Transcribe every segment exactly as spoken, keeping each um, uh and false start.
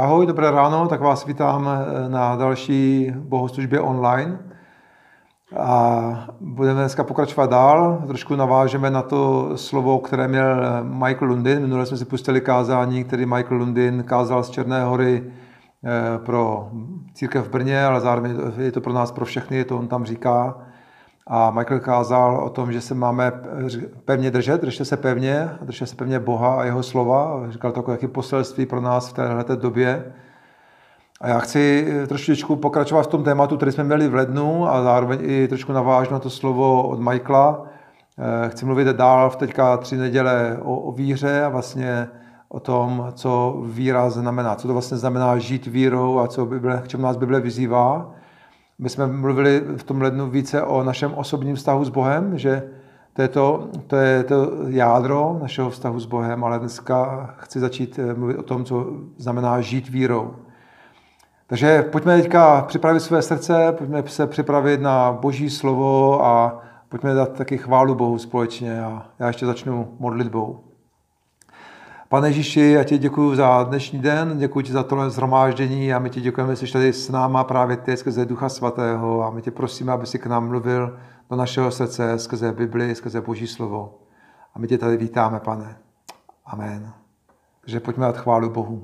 Ahoj, dobré ráno, tak vás vítám na další bohoslužbě online. A budeme dneska pokračovat dál, trošku navážeme na to slovo, které měl Michael Lundin. Minule jsme si pustili kázání, který Michael Lundin kázal z Černé Hory pro církev v Brně, ale zároveň je to pro nás, pro všechny, to on tam říká. A Michael kázal o tom, že se máme pevně držet, držte se pevně, držte se pevně Boha a jeho slova. Říkal to jako jaký poselství pro nás v této době. A já chci trošičku pokračovat v tom tématu, který jsme měli v lednu a zároveň i trošku navážu na to slovo od Michaela. Chci mluvit dál v teďka tři neděle o, o víře a vlastně o tom, co víra znamená, co to vlastně znamená žít vírou a co Bible, k čemu nás Bible vyzývá. My jsme mluvili v tom lednu více o našem osobním vztahu s Bohem, že to je to, to je to jádro našeho vztahu s Bohem, ale dneska chci začít mluvit o tom, co znamená žít vírou. Takže pojďme teďka připravit své srdce, pojďme se připravit na Boží slovo a pojďme dát taky chválu Bohu společně a já ještě začnu modlitbou. Pane Ježíši, já ti děkuji za dnešní den, děkuji ti za tohle shromáždění a my ti děkujeme, že jsi tady s náma právě teď skrze Ducha Svatého a my tě prosíme, aby si k nám mluvil do našeho srdce skrze Bibli, skrze Boží slovo. A my tě tady vítáme, Pane. Amen. Takže pojďme dát chválu Bohu.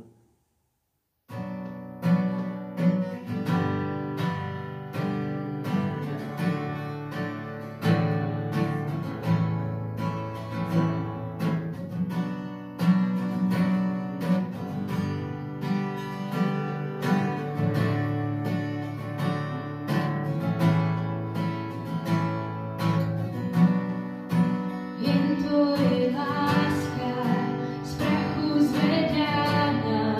Jen tvoje láska z prachu zvedá nás.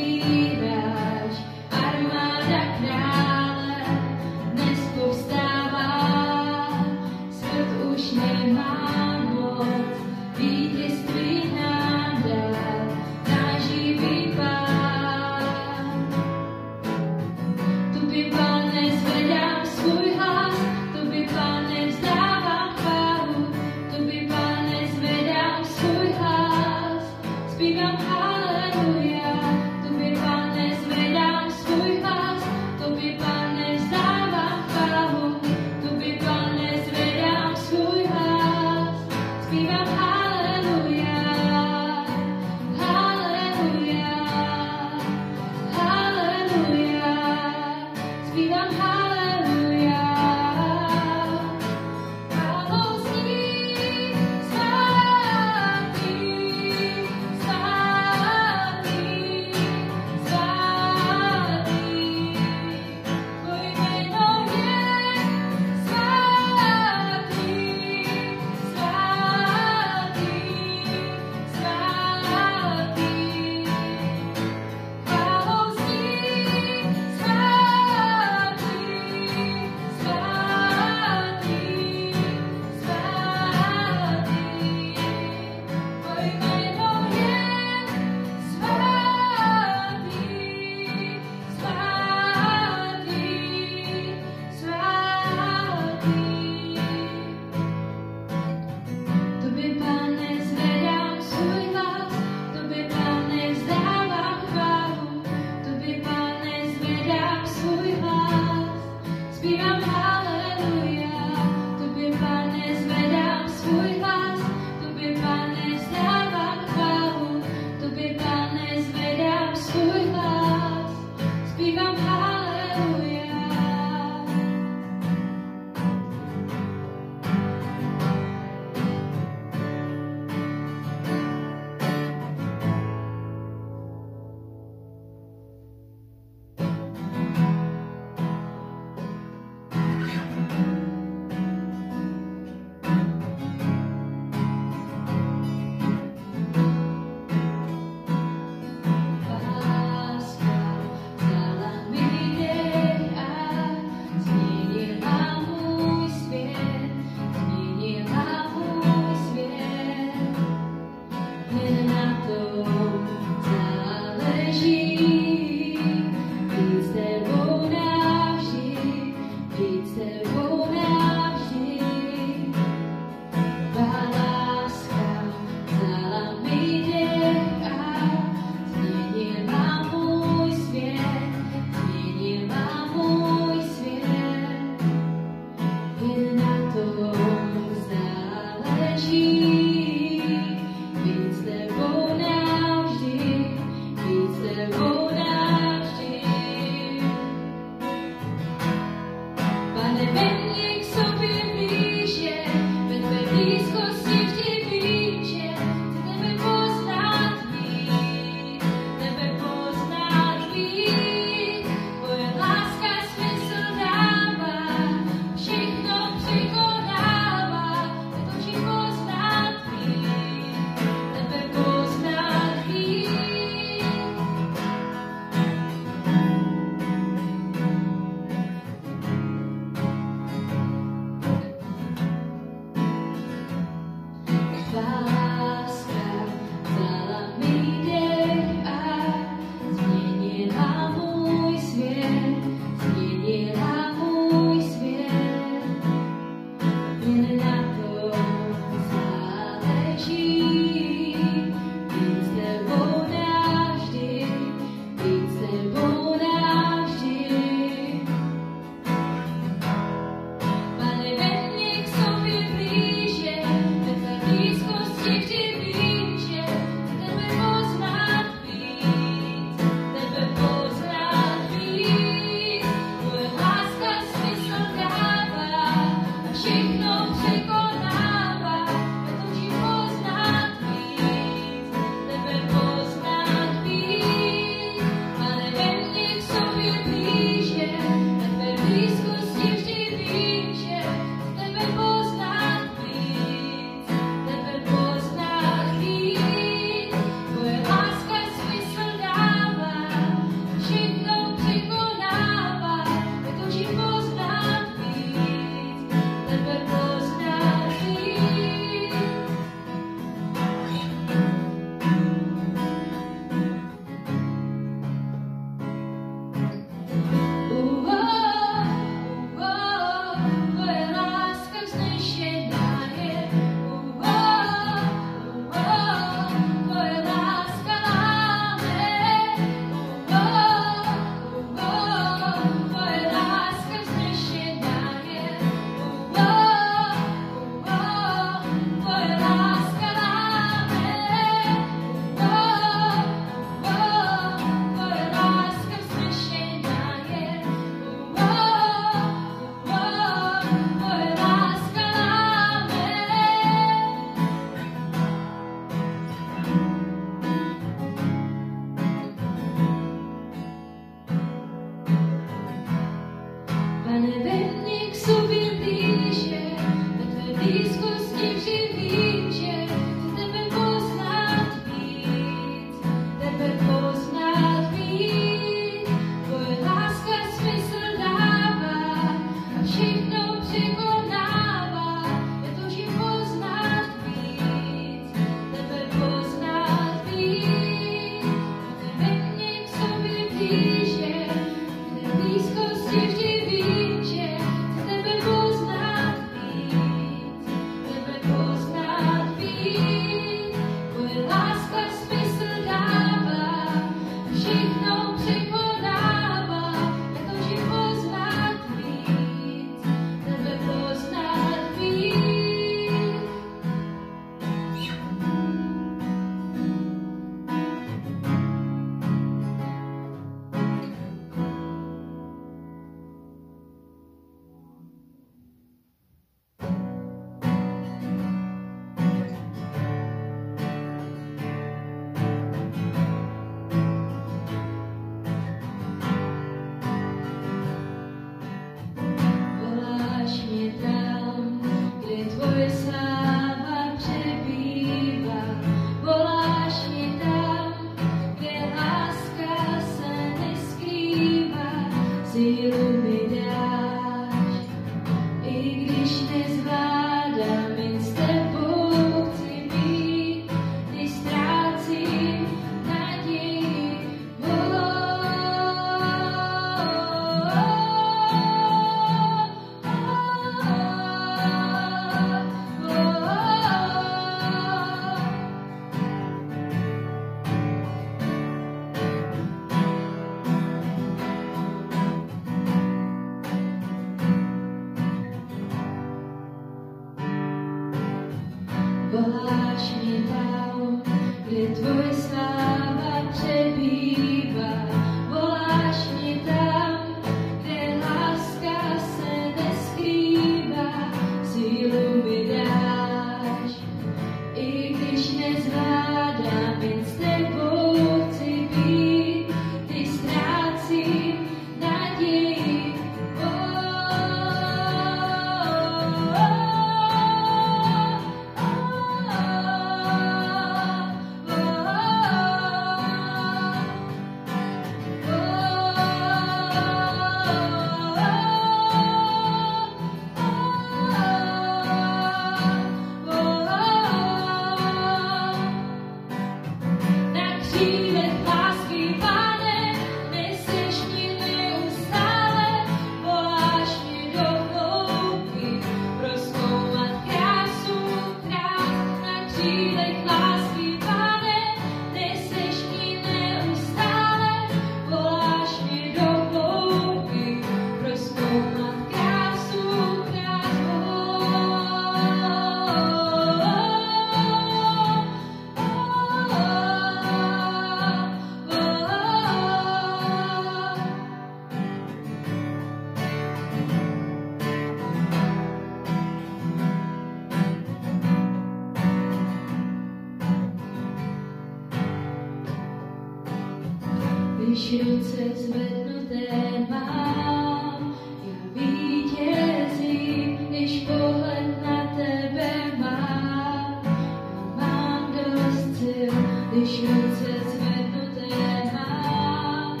Když ruce zvednuté mám, já vítězím, když pohled na tebe mám. Já mám dost sil, když ruce zvednuté mám.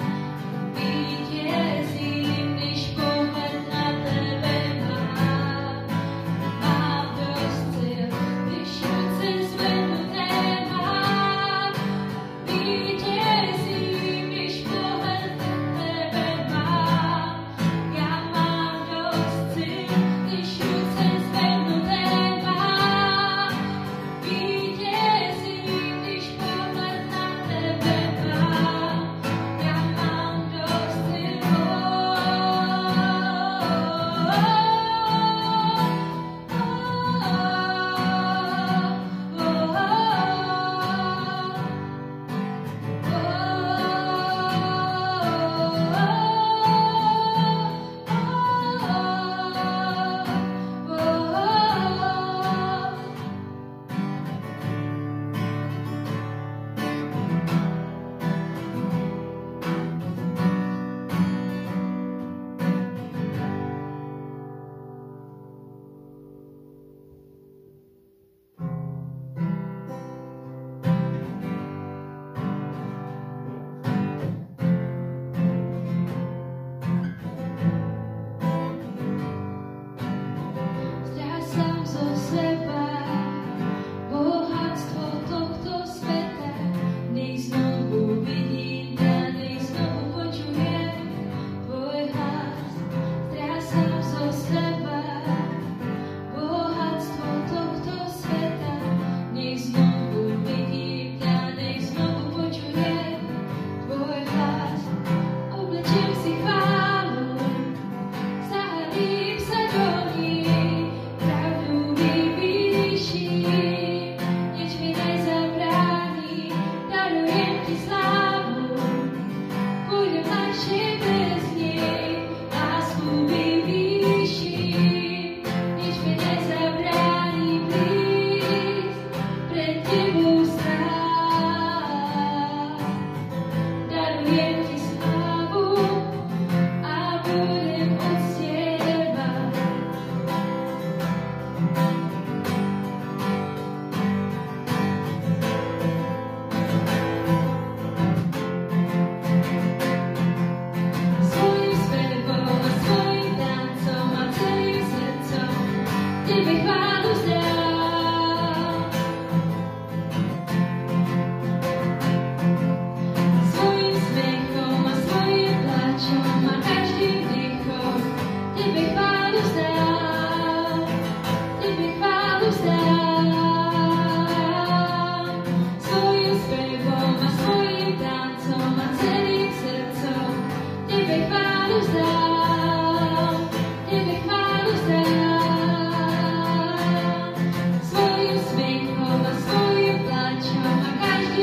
Já vítězím, když pohled na tebe mám. Mám dost sil, když ruce zvednuté mám. Vítězím, Pohled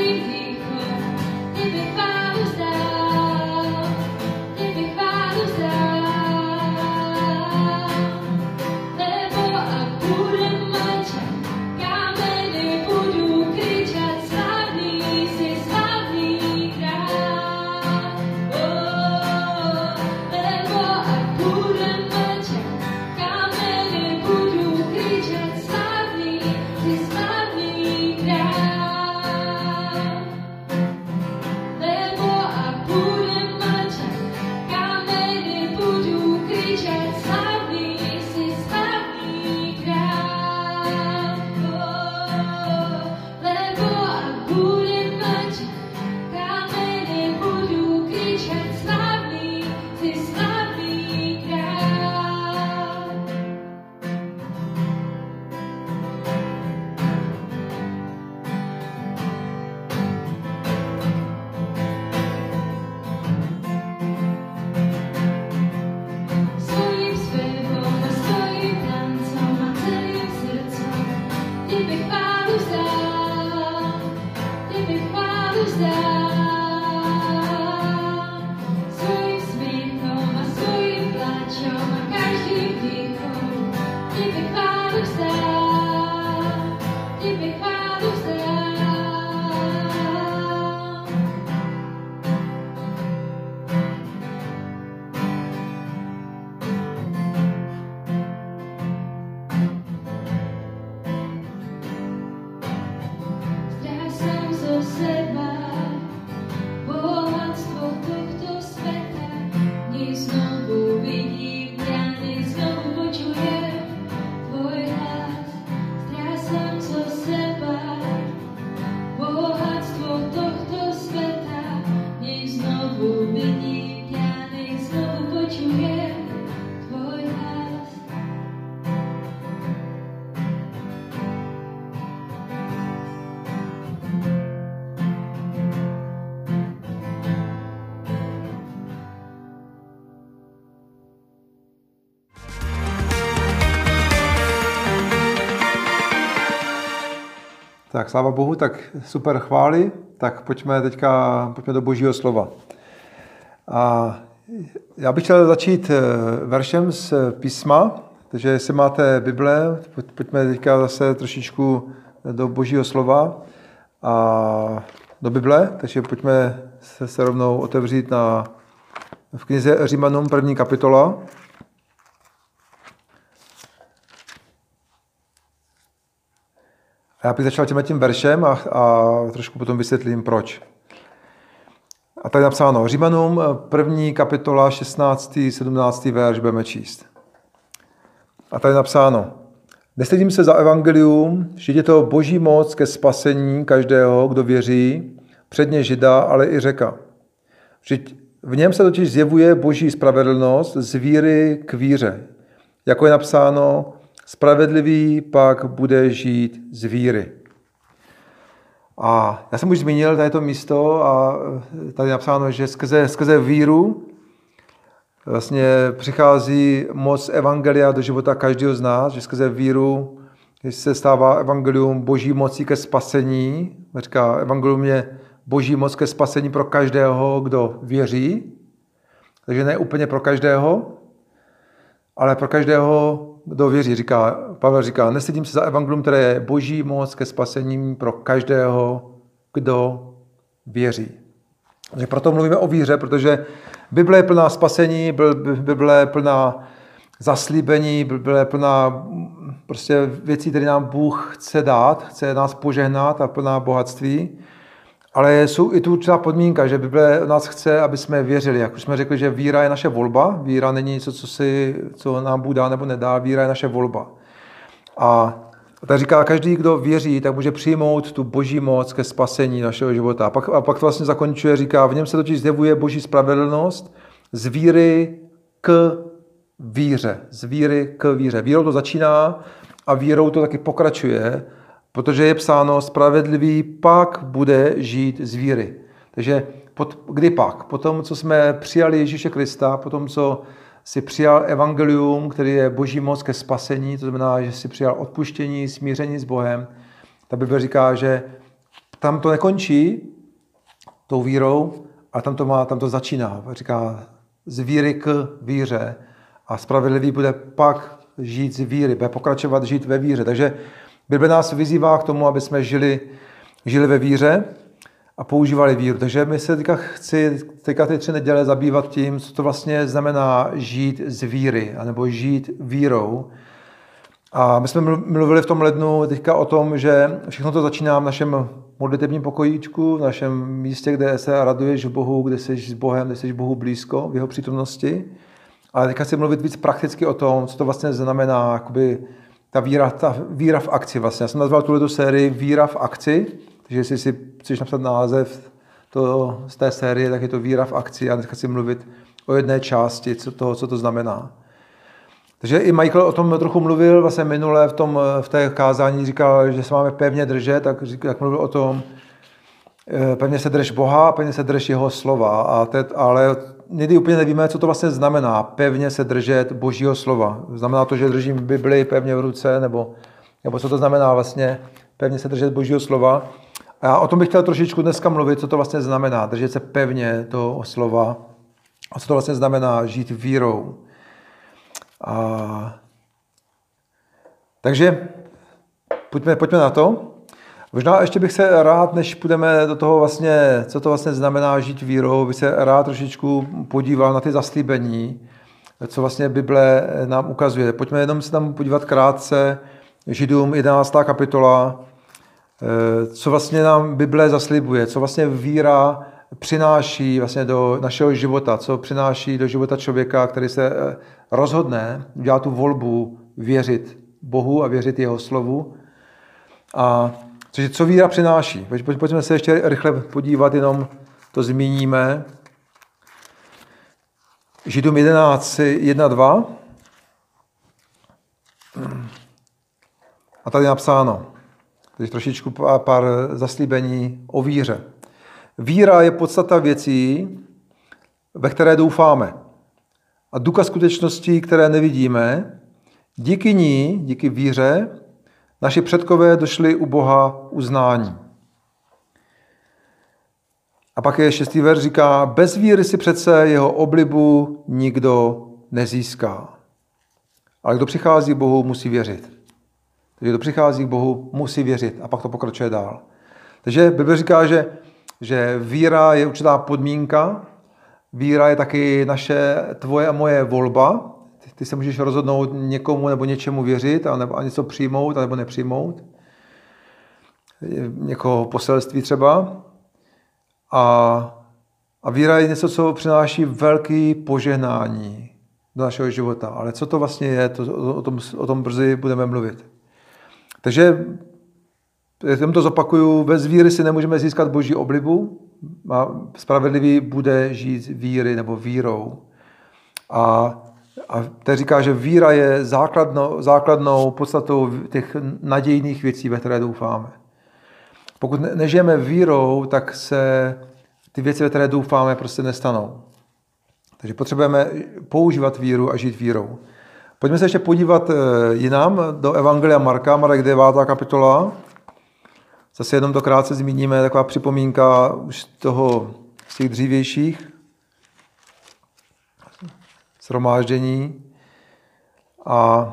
Tak sláva Bohu, tak super chvály, tak pojďme teďka pojďme do Božího slova. A já bych chtěl začít veršem z písma, takže jestli máte Bible, pojďme teďka zase trošičku do Božího slova a do Bible, takže pojďme se, se rovnou otevřít na, v knize Římanům první kapitola. Já bych začal tímhle tím veršem a, a trošku potom vysvětlím, proč. A tady je napsáno, Římanům první kapitola, šestnáctý sedmnáctý verš budeme číst. A tady je napsáno, nestydím se za evangelium, že je to boží moc ke spasení každého, kdo věří, předně Žida, ale i Řeka. Vždyť v něm se totiž zjevuje boží spravedlnost z víry k víře. Jako je napsáno, spravedlivý pak bude žít z víry. A já jsem už zmínil tady to místo a tady je napsáno, že skrze, skrze víru vlastně přichází moc evangelia do života každého z nás, že skrze víru se stává evangelium boží mocí ke spasení. Říká, evangelium je boží moc ke spasení pro každého, kdo věří. Takže ne úplně pro každého, ale pro každého, kdo věří. Říká, Pavel říká, nestydím se za evangelium, které je boží moc ke spasení pro každého, kdo věří. Takže proto mluvíme o víře, protože Bible je plná spasení, Bible je plná zaslíbení, Bible je plná prostě věcí, které nám Bůh chce dát, chce nás požehnat a plná bohatství. Ale jsou i tu určitá podmínka, že Bible nás chce, aby jsme věřili. Jak už jsme řekli, že víra je naše volba, víra není něco, co, si, co nám Bůh dá nebo nedá, víra je naše volba. A tak říká, každý, kdo věří, tak může přijmout tu boží moc ke spasení našeho života. A pak, a pak to vlastně zakončuje, říká, v něm se totiž zjevuje boží spravedlnost z víry k víře. Z víry k víře. Vírou to začíná a vírou to taky pokračuje, protože je psáno, spravedlivý pak bude žít z víry. Takže pod, kdy pak? Po tom, co jsme přijali Ježíše Krista, po tom, co si přijal evangelium, který je boží moc ke spasení, to znamená, že si přijal odpuštění, smíření s Bohem, ta Bible říká, že tam to nekončí tou vírou, a tam to, má, tam to začíná. Říká z víry k víře a spravedlivý bude pak žít z víry, bude pokračovat žít ve víře. Takže Bible nás vyzývá k tomu, aby jsme žili, žili ve víře a používali víru. Takže my se teďka chci teďka ty tři neděle zabývat tím, co to vlastně znamená žít z víry, anebo žít vírou. A my jsme mluvili v tom lednu teďka o tom, že všechno to začíná v našem modlitebním pokojíčku, v našem místě, kde se raduješ v Bohu, kde jsi s Bohem, kde jsi Bohu blízko, v jeho přítomnosti. Ale teďka chci mluvit víc prakticky o tom, co to vlastně znamená, jakoby ta víra, ta víra v akci vlastně. Já jsem nazval tuto sérii Víra v akci, takže jestli si chceš napsat název to, z té série, tak je to Víra v akci. A dneska chci mluvit o jedné části co toho, co to znamená. Takže i Michael o tom trochu mluvil vlastně minule v, tom, v té kázání, říkal, že se máme pevně držet, tak, tak mluvil o tom, pevně se drž Boha, pevně se drž jeho slova, a teď, ale někdy úplně nevíme, co to vlastně znamená, pevně se držet Božího slova. Znamená to, že držím Bibli pevně v ruce, nebo, nebo co to znamená vlastně pevně se držet Božího slova. A já o tom bych chtěl trošičku dneska mluvit, co to vlastně znamená, držet se pevně toho slova a co to vlastně znamená žít vírou. A... Takže pojďme, pojďme na to. Možná ještě bych se rád, než půjdeme do toho vlastně, co to vlastně znamená žít vírou, bych se rád trošičku podíval na ty zaslíbení, co vlastně Bible nám ukazuje. Pojďme jenom se tam podívat krátce, Židům jedenáctá kapitola, co vlastně nám Bible zaslibuje, co vlastně víra přináší vlastně do našeho života, co přináší do života člověka, který se rozhodne, udělá tu volbu věřit Bohu a věřit jeho slovu. A což, co víra přináší. Pojďme se ještě rychle podívat, jenom to zmíníme. Židům jedenáct, jedna, dva. A tady je napsáno, takže trošičku pár, pár zaslíbení o víře. Víra je podstata věcí, ve které doufáme. A důkaz skutečností, které nevidíme, díky ní, díky víře, naši předkové došli u Boha uznání. A pak je šestý verš, říká, bez víry si přece jeho oblibu nikdo nezíská. Ale kdo přichází k Bohu, musí věřit. Takže kdo přichází k Bohu, musí věřit. A pak to pokračuje dál. Takže Bible říká, že, že víra je určitá podmínka, víra je taky naše, tvoje a moje volba. Ty, ty se můžeš rozhodnout někomu nebo něčemu věřit a, nebo, a něco přijmout a nebo nepřijmout. Někoho poselství třeba. A, a víra je něco, co přináší velké požehnání do našeho života. Ale co to vlastně je, to, o, tom, o tom brzy budeme mluvit. Takže já to zopakuju, bez víry si nemůžeme získat Boží oblibu. A spravedlivý bude žít z víry nebo vírou. A, a to říká, že víra je základnou, základnou podstatou těch nadějných věcí, ve které doufáme. Pokud nežijeme vírou, tak se ty věci, ve které doufáme, prostě nestanou. Takže potřebujeme používat víru a žít vírou. Pojďme se ještě podívat jinam do Evangelia Marka, Marek devátá kapitola. Zase jenom to krátce zmíníme, taková připomínka už z toho, z těch dřívějších shromáždění. A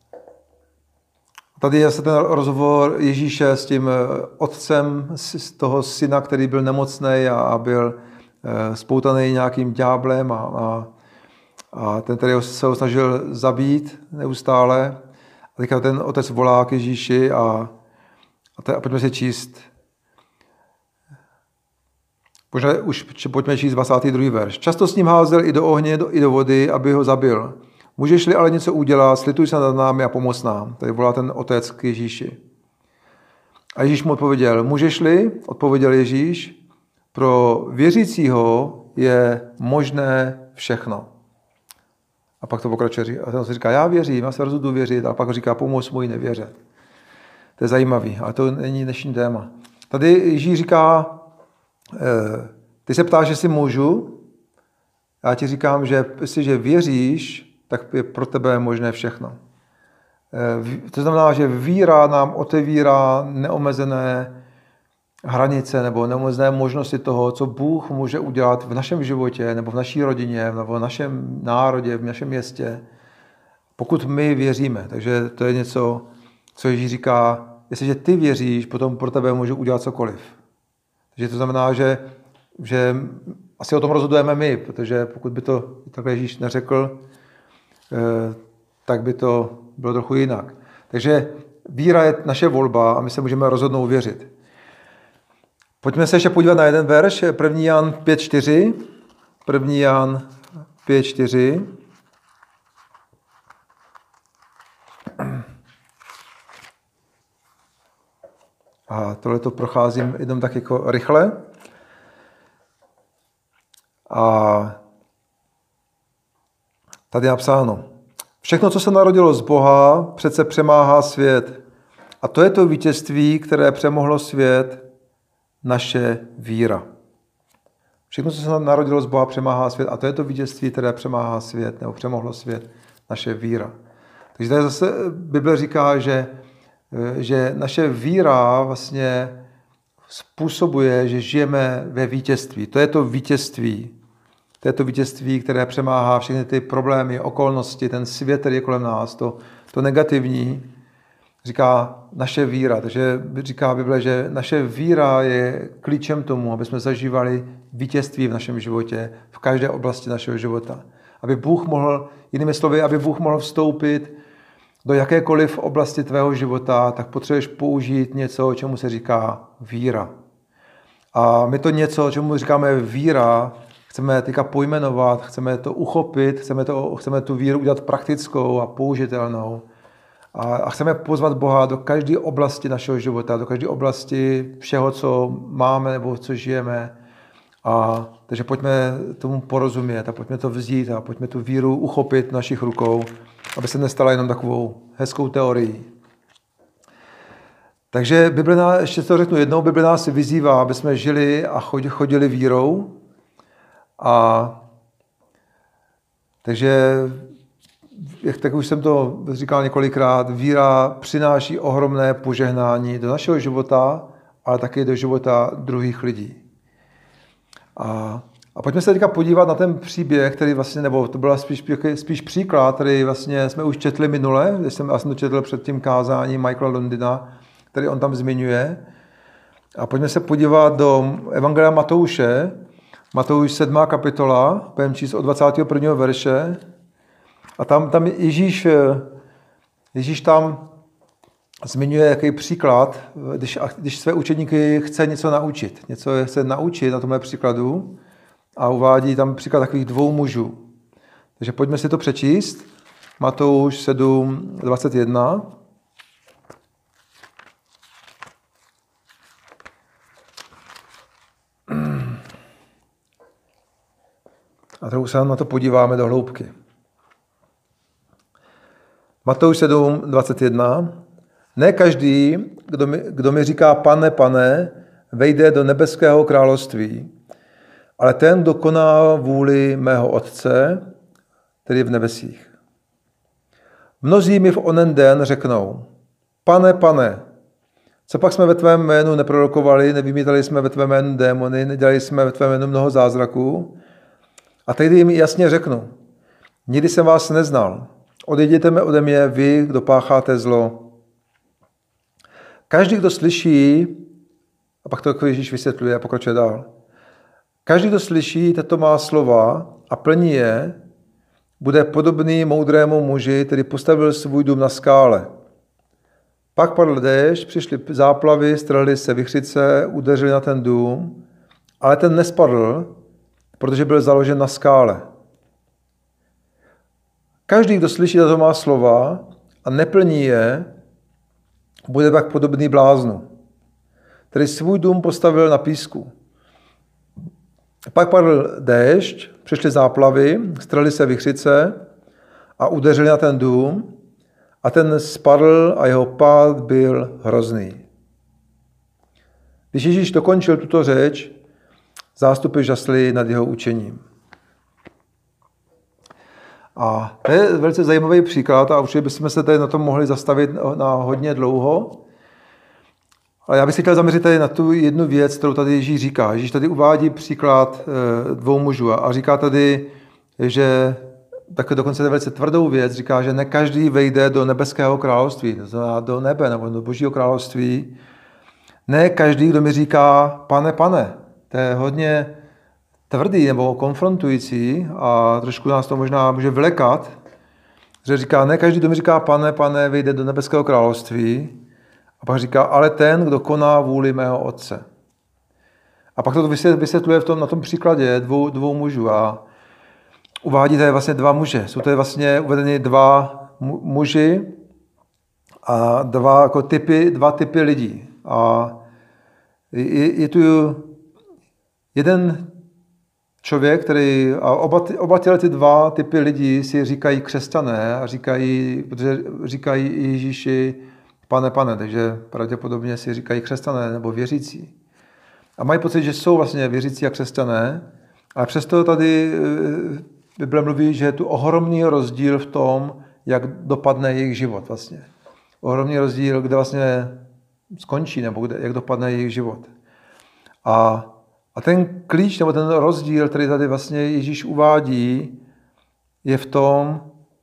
tady je zase ten rozhovor Ježíše s tím otcem, z toho syna, který byl nemocný a byl spoutaný nějakým ďáblem a, a, a ten, který se ho snažil zabít neustále. A teďka ten otec volá k Ježíši a A, te, a pojďme si číst. Možná už pojďme číst dvacátý druhý verš. Často s ním házel i do ohně, do, i do vody, aby ho zabil. Můžeš-li ale něco udělat, slituj se nad námi a pomoz nám. Tady volá ten otec k Ježíši. A Ježíš mu odpověděl, můžeš-li, odpověděl Ježíš, pro věřícího je možné všechno. A pak to pokračuje. A ten se říká, já věřím, já se rozhodu věřit, a pak říká, pomoz mojí nevěře. To je zajímavý, ale to není dnešní téma. Tady Ježíš říká, ty se ptáš, jestli můžu, já ti říkám, že jestliže věříš, tak je pro tebe možné všechno. To znamená, že víra nám otevírá neomezené hranice nebo neomezené možnosti toho, co Bůh může udělat v našem životě nebo v naší rodině nebo v našem národě, v našem městě, pokud my věříme. Takže to je něco, co Ježíš říká, jestliže ty věříš, potom pro tebe můžu udělat cokoliv. Takže to znamená, že, že asi o tom rozhodujeme my, protože pokud by to takhle Ježíš neřekl, tak by to bylo trochu jinak. Takže víra je naše volba a my se můžeme rozhodnout věřit. Pojďme se ještě podívat na jeden verš, první Jan pět čtyři. první Jan pět čtyři. A tohle to procházím jenom tak jako rychle. A tady je napsáno. Všechno, co se narodilo z Boha, přece přemáhá svět. A to je to vítězství, které přemohlo svět, naše víra. Všechno, co se narodilo z Boha, přemáhá svět. A to je to vítězství, které přemáhá svět, nebo přemohlo svět, naše víra. Takže tady zase Bible říká, že, že naše víra vlastně způsobuje, že žijeme ve vítězství. To je to vítězství. To je to vítězství, které přemáhá všechny ty problémy, okolnosti, ten svět, který je kolem nás, to, to negativní, říká naše víra. Takže říká Bible, že naše víra je klíčem tomu, aby jsme zažívali vítězství v našem životě, v každé oblasti našeho života. Aby Bůh mohl, jinými slovy, aby Bůh mohl vstoupit do jakékoliv oblasti tvého života, tak potřebuješ použít něco, čemu se říká víra. A my to něco, čemu říkáme víra, chceme teďka pojmenovat, chceme to uchopit, chceme, to, chceme tu víru udělat praktickou a použitelnou. A, a chceme pozvat Boha do každé oblasti našeho života, do každé oblasti všeho, co máme nebo co žijeme. A, takže pojďme tomu porozumět a pojďme to vzít a pojďme tu víru uchopit v našich rukou, aby se nestala jenom takovou hezkou teorií. Takže Bible nás, ještě to řeknu jednou, Bible nás vyzývá, aby jsme žili a chodili vírou. A takže, jak tak už jsem to říkal několikrát, víra přináší ohromné požehnání do našeho života, ale také do života druhých lidí. A, a pojďme se teďka podívat na ten příběh, který vlastně, nebo to byl spíš, spíš příklad, který vlastně jsme už četli minule, když jsem, já jsem to četl před tím kázáním Michaela Londina, který on tam zmiňuje. A pojďme se podívat do Evangelia Matouše, Matouš sedmá kapitola, budeme číst od dvacátého prvního verše. A tam, tam Ježíš, Ježíš tam zmiňuje jaký příklad, když, když své učedníky chce něco naučit. Něco chce naučit na tomhle příkladu a uvádí tam příklad takových dvou mužů. Takže pojďme si to přečíst. Matouš sedm dvacet jedna. A trochu se na to podíváme do hloubky. Matouš sedm dvacet jedna. Ne každý, kdo mi, kdo mi říká pane, pane, vejde do nebeského království, ale ten, kdo koná vůli mého Otce, který je v nebesích. Mnozí mi v onen den řeknou, pane, pane, co pak jsme ve tvém jménu neprorokovali, nevymítali jsme ve tvém jménu démony, nedělali jsme ve tvém jménu mnoho zázraků. A tehdy jim jasně řeknu, nikdy jsem vás neznal, odejděte mi ode mě vy, kdo pácháte zlo. Každý, kdo slyší, a pak to Ježíš vysvětluje a pokračuje dál, každý, kdo slyší tato má slova a plní je, bude podobný moudrému muži, který postavil svůj dům na skále. Pak padl déšť, přišly záplavy, strhly se vichřice, udeřili na ten dům, ale ten nespadl, protože byl založen na skále. Každý, kdo slyší tato má slova a neplní je, bude tak podobný bláznu, který svůj dům postavil na písku. Pak padl déšť, přišly záplavy, strhly se vichřice a udeřili na ten dům a ten spadl a jeho pád byl hrozný. Když Ježíš dokončil tuto řeč, zástupy žasly nad jeho učením. A to je velice zajímavý příklad a určitě bychom se tady na tom mohli zastavit na hodně dlouho. Ale já bych si chtěl zaměřit tady na tu jednu věc, kterou tady Ježíš říká. Ježíš tady uvádí příklad dvou mužů a říká tady, že také dokonce velice tvrdou věc, říká, že ne každý vejde do nebeského království, to znamená do nebe nebo do božího království. Ne každý, kdo mi říká, pane, pane. To je hodně tvrdý nebo konfrontující a trošku nás to možná může vlekat, že říká, ne každý, kdo mi říká, pane, pane, vejde do nebeského království. A pak říká, ale ten, kdo koná vůli mého otce. A pak to vysvětluje v tom, na tom příkladě dvou, dvou mužů a uvádí tady vlastně dva muže. Jsou tady vlastně uvedeny dva muži a dva, jako typy, dva typy lidí. A je, je tu jeden člověk, který, a oba, ty, oba tyhle ty dva typy lidí si říkají křesťané a říkají, protože říkají Ježíši, pane, pane, takže pravděpodobně si říkají křesťané nebo věřící. A mají pocit, že jsou vlastně věřící a křesťané, ale přesto tady Bible mluví, že je tu ohromný rozdíl v tom, jak dopadne jejich život vlastně. Ohromný rozdíl, kde vlastně skončí, nebo kde, jak dopadne jejich život. A, a ten klíč, nebo ten rozdíl, který tady vlastně Ježíš uvádí, je v tom,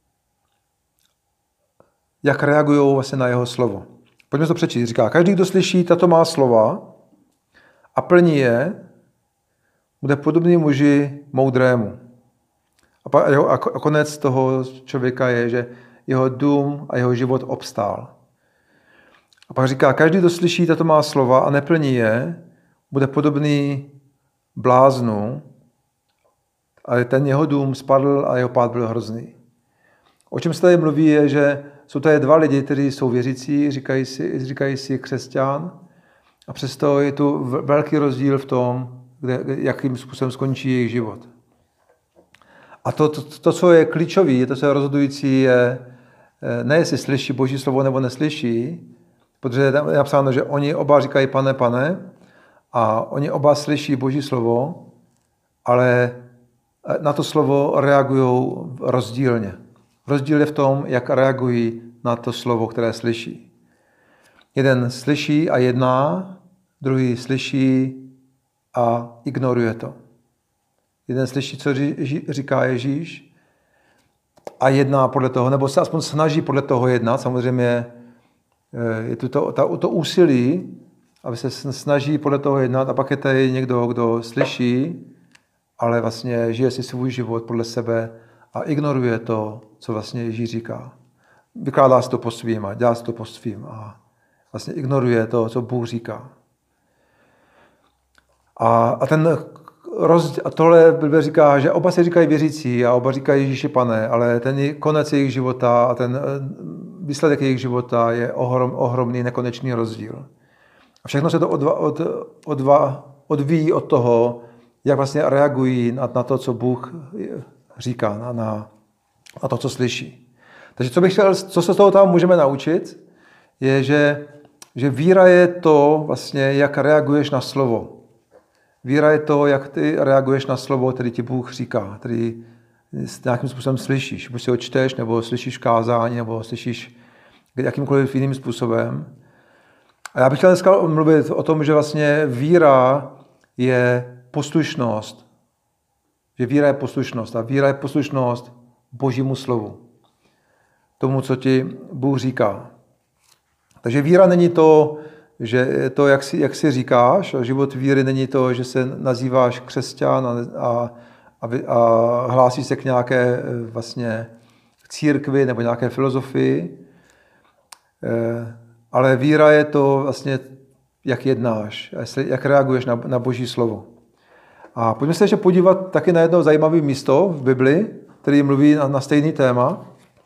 jak reagují vlastně na jeho slovo. Pojďme to přečíst. Říká, každý, kdo slyší tato má slova a plní je, bude podobný muži moudrému. A, jeho, a konec toho člověka je, že jeho dům a jeho život obstál. A pak říká, každý, kdo slyší tato má slova a neplní je, bude podobný bláznu, ale ten jeho dům spadl a jeho pád byl hrozný. O čem se tady mluví je, že jsou tady dva lidi, kteří jsou věřící, říkají si, říkají si křesťan a přesto je tu velký rozdíl v tom, kde, jakým způsobem skončí jejich život. A to, to, to, co je klíčové, to, co je rozhodující, je ne jestli slyší Boží slovo nebo neslyší, protože je napsáno, že oni oba říkají pane, pane a oni oba slyší Boží slovo, ale na to slovo reagují rozdílně. Rozdíl je v tom, jak reagují na to slovo, které slyší. Jeden slyší a jedná, druhý slyší a ignoruje to. Jeden slyší, co říká Ježíš a jedná podle toho, nebo se aspoň snaží podle toho jednat. Samozřejmě je tu to, to, to úsilí, aby se snaží podle toho jednat a pak je tady někdo, kdo slyší, ale vlastně žije si svůj život podle sebe a ignoruje to, co vlastně Ježíš říká. Vykládá si to po svým a dělá si to po svým a vlastně ignoruje to, co Bůh říká. A, a ten roz, a tohle Bible říká, že oba si říkají věřící a oba říkají Ježíši pane, ale ten konec jejich života a ten výsledek jejich života je ohrom, ohromný, nekonečný rozdíl. A všechno se to odva, od, odva, odvíjí od toho, jak vlastně reagují na, na to, co Bůh říká, na, na, na to, co slyší. Takže co bych chtěl, co se z toho tam můžeme naučit, je, že, že víra je to, vlastně, jak reaguješ na slovo. Víra je to, jak ty reaguješ na slovo, který ti Bůh říká, který nějakým způsobem slyšíš. Buď si ho čteš, nebo slyšíš kázání, nebo slyšíš jakýmkoliv jiným způsobem. A já bych chtěl dneska mluvit o tom, že vlastně víra je poslušnost. Že víra je poslušnost. A víra je poslušnost Božímu slovu. Tomu, co ti Bůh říká. Takže víra není to, že to, jak si, jak si říkáš, a život víry není to, že se nazýváš křesťan a, a, a, a hlásíš se k nějaké vlastně církvi nebo nějaké filozofii, ale víra je to vlastně, jak jednáš, jak reaguješ na, na Boží slovo. A pojďme se ještě podívat taky na jedno zajímavé místo v Bibli, který mluví na, na stejný téma.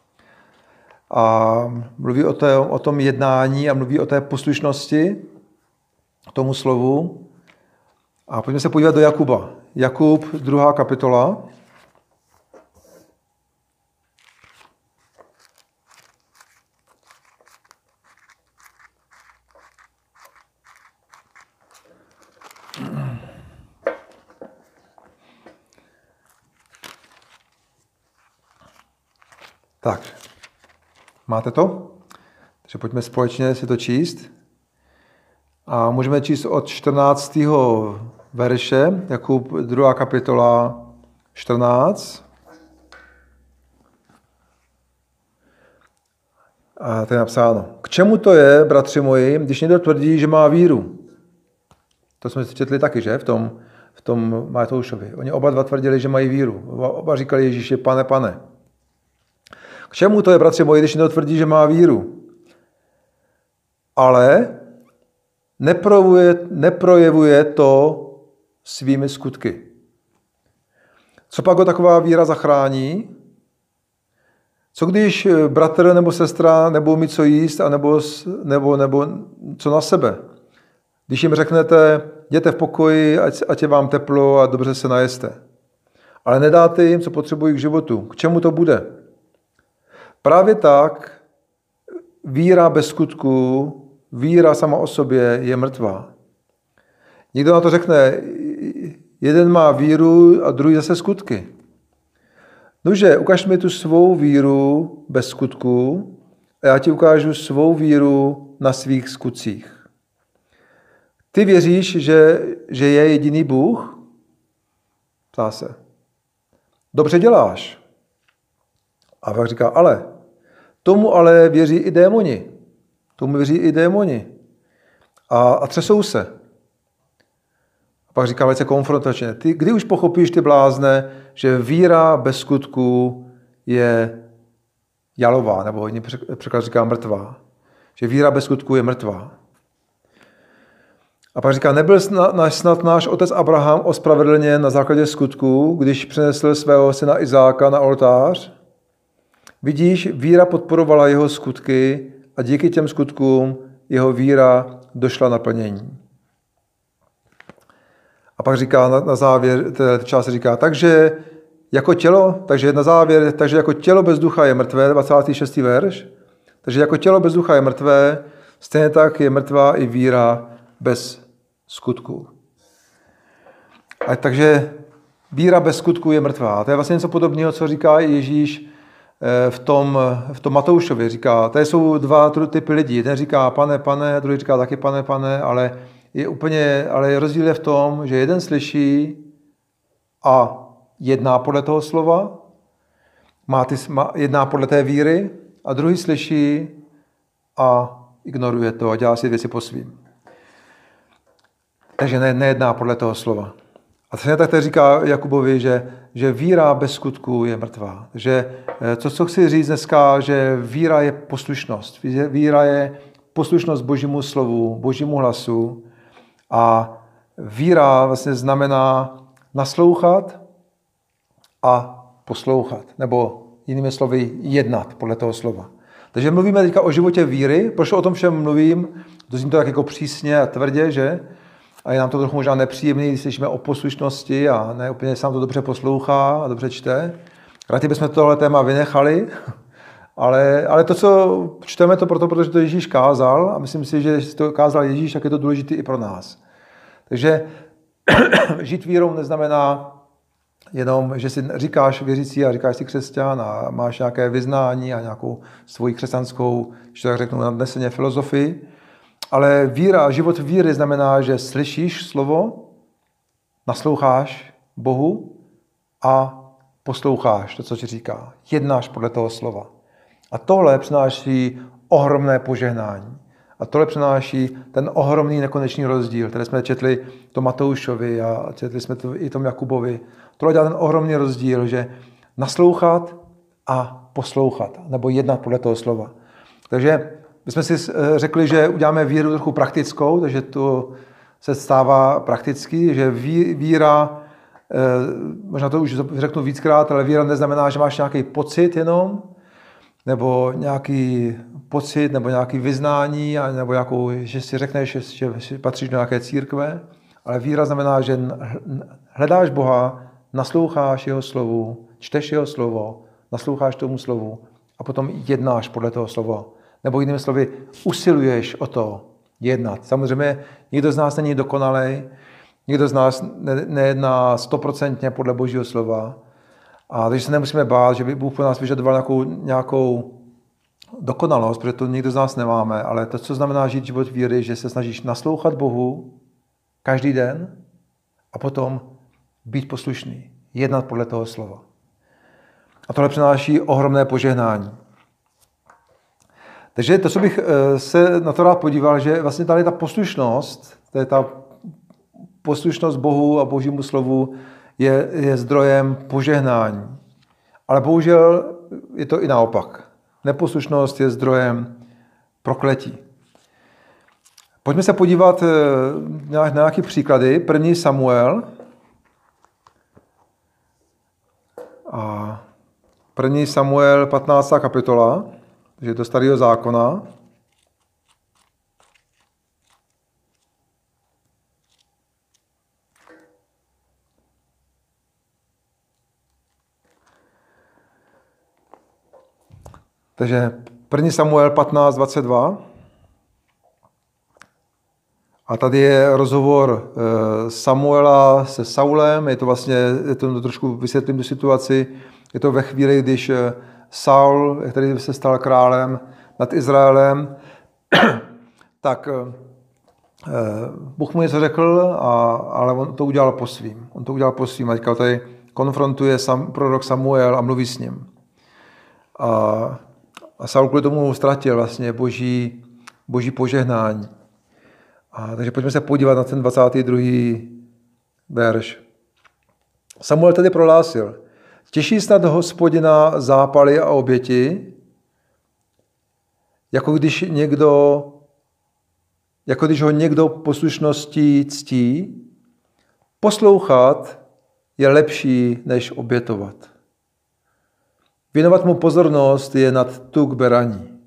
A mluví o, té, o tom jednání a mluví o té poslušnosti tomu slovu. A pojďme se podívat do Jakuba. Jakub, druhá kapitola. Tak. Máte to? Takže pojďme společně si to číst. A můžeme číst od čtrnáctého verše, Jakub druhá kapitola čtrnáct. A to je napsáno. K čemu to je, bratři moji, když někdo tvrdí, že má víru? To jsme si četli taky, že? V tom, v tom Matoušovi. Oni oba dva tvrdili, že mají víru. Oba říkali Ježíši, pane, pane. K čemu to je, bratři moji, když někdo tvrdí, že má víru? Ale neprojevuje, neprojevuje to svými skutky. Co pak ho taková víra zachrání? Co když bratr nebo sestra nebudou mít co jíst a nebo, nebo, nebo co na sebe? Když jim řeknete, jděte v pokoji, ať, ať je vám teplo a dobře se najeste. Ale nedáte jim, co potřebují k životu. K čemu to bude? Právě tak víra bez skutku, víra sama o sobě je mrtvá. Někdo na to řekne, jeden má víru a druhý zase skutky. Nože, ukaž mi tu svou víru bez skutku a já ti ukážu svou víru na svých skutcích. Ty věříš, že, že je jediný Bůh? Ptá se. Dobře děláš. A pak říká, ale. Tomu ale věří i démoni. Tomu věří i démoni. A, a třesou se. A pak říká velice konfrontačně. Ty, kdy už pochopíš, ty blázne, že víra bez skutku je jalová, nebo jiný překlad říká mrtvá. Že víra bez skutku je mrtvá. A pak říká, nebyl snad, snad náš otec Abraham ospravedlněn na základě skutku, když přinesl svého syna Izáka na oltář? Vidíš, víra podporovala jeho skutky a díky těm skutkům jeho víra došla na plnění. A pak říká na, na závěr, té část říká, takže jako tělo, takže na závěr, takže jako tělo bez ducha je mrtvé, dvacátý šestý verš, takže jako tělo bez ducha je mrtvé, stejně tak je mrtvá i víra bez skutku. A takže víra bez skutku je mrtvá. To je vlastně něco podobného, co říká Ježíš v tom, v tom Matoušově. Říká, tady jsou dva typy lidí. Jeden říká pane, pane, druhý říká taky pane, pane, ale je úplně, ale rozdíl je v tom, že jeden slyší a jedná podle toho slova, má ty, má, jedná podle té víry, a druhý slyší a ignoruje to a dělá si věci po svým. Takže ne, nejedná podle toho slova. A to tak říká Jakubovi, že, že víra bez skutku je mrtvá. Že to, co chci říct dneska, že víra je poslušnost. Víra je poslušnost Božímu slovu, Božímu hlasu. A víra vlastně znamená naslouchat a poslouchat. Nebo jinými slovy jednat podle toho slova. Takže mluvíme teďka o životě víry. Proč o tom všem mluvím? To zní to tak jako přísně a tvrdě, že? A je nám to trochu možná nepříjemný, když slyšíme o poslušnosti a ne úplně se nám to dobře poslouchá a dobře čte. Rádi bychom tohle téma vynechali, ale, ale to, co čteme, to proto, protože to Ježíš kázal a myslím si, že to kázal Ježíš, tak je to důležité i pro nás. Takže žít vírou neznamená jenom, že si říkáš věřící a říkáš si křesťan a máš nějaké vyznání a nějakou svoji křesťanskou, že tak řeknu nadneseně, filozofii. Ale víra, život víry znamená, že slyšíš slovo, nasloucháš Bohu a posloucháš to, co ti říká. Jednáš podle toho slova. A tohle přináší ohromné požehnání. A tohle přináší ten ohromný nekonečný rozdíl, který jsme četli to Matoušovi a četli jsme to i tom Jakubovi. Tohle dělá ten ohromný rozdíl, že naslouchat a poslouchat, nebo jednat podle toho slova. Takže my jsme si řekli, že uděláme víru trochu praktickou, takže to se stává prakticky, že víra, možná to už řeknu víckrát, ale víra neznamená, že máš nějaký pocit jenom, nebo nějaký pocit, nebo nějaký vyznání, nebo nějakou, že si řekneš, že patříš do nějaké církve, ale víra znamená, že hledáš Boha, nasloucháš jeho slovu, čteš jeho slovo, nasloucháš tomu slovu a potom jednáš podle toho slova. Nebo jinými slovy, usiluješ o to jednat. Samozřejmě nikdo z nás není dokonalý, nikdo z nás ne, nejedná stoprocentně podle Božího slova. A takže se nemusíme bát, že by Bůh po nás vyžadoval nějakou, nějakou dokonalost, protože to nikdo z nás nemáme, ale to, co znamená žít život víry, že se snažíš naslouchat Bohu každý den a potom být poslušný, jednat podle toho slova. A tohle přináší ohromné požehnání. Takže to, co bych se na to rád podíval, že vlastně tady ta poslušnost, to je ta poslušnost Bohu a Božímu slovu je, je zdrojem požehnání. Ale bohužel je to i naopak. Neposlušnost je zdrojem prokletí. Pojďme se podívat na nějaké příklady. První Samuel. A první Samuel, patnáctá kapitola, takže je to starého zákona. Takže první Samuel patnáct dvacet dva. A tady je rozhovor Samuela se Saulem. Je to vlastně, je to trošku vysvětlím tu situaci. Je to ve chvíli, když Saul, který se stal králem nad Izraelem, tak Bůh mu něco řekl, a, ale on to udělal po svým. On to udělal po svým. A teďka tady konfrontuje sam, prorok Samuel a mluví s ním. A, a Saul kvůli tomu ztratil vlastně boží, boží požehnání. A, takže pojďme se podívat na ten dvacátý druhý verš. Samuel tedy prohlásil: těší snad Hospodina zápaly a oběti, jako když někdo, jako když ho někdo poslušností ctí, poslouchat je lepší, než obětovat. Věnovat mu pozornost je nad tuk beraní.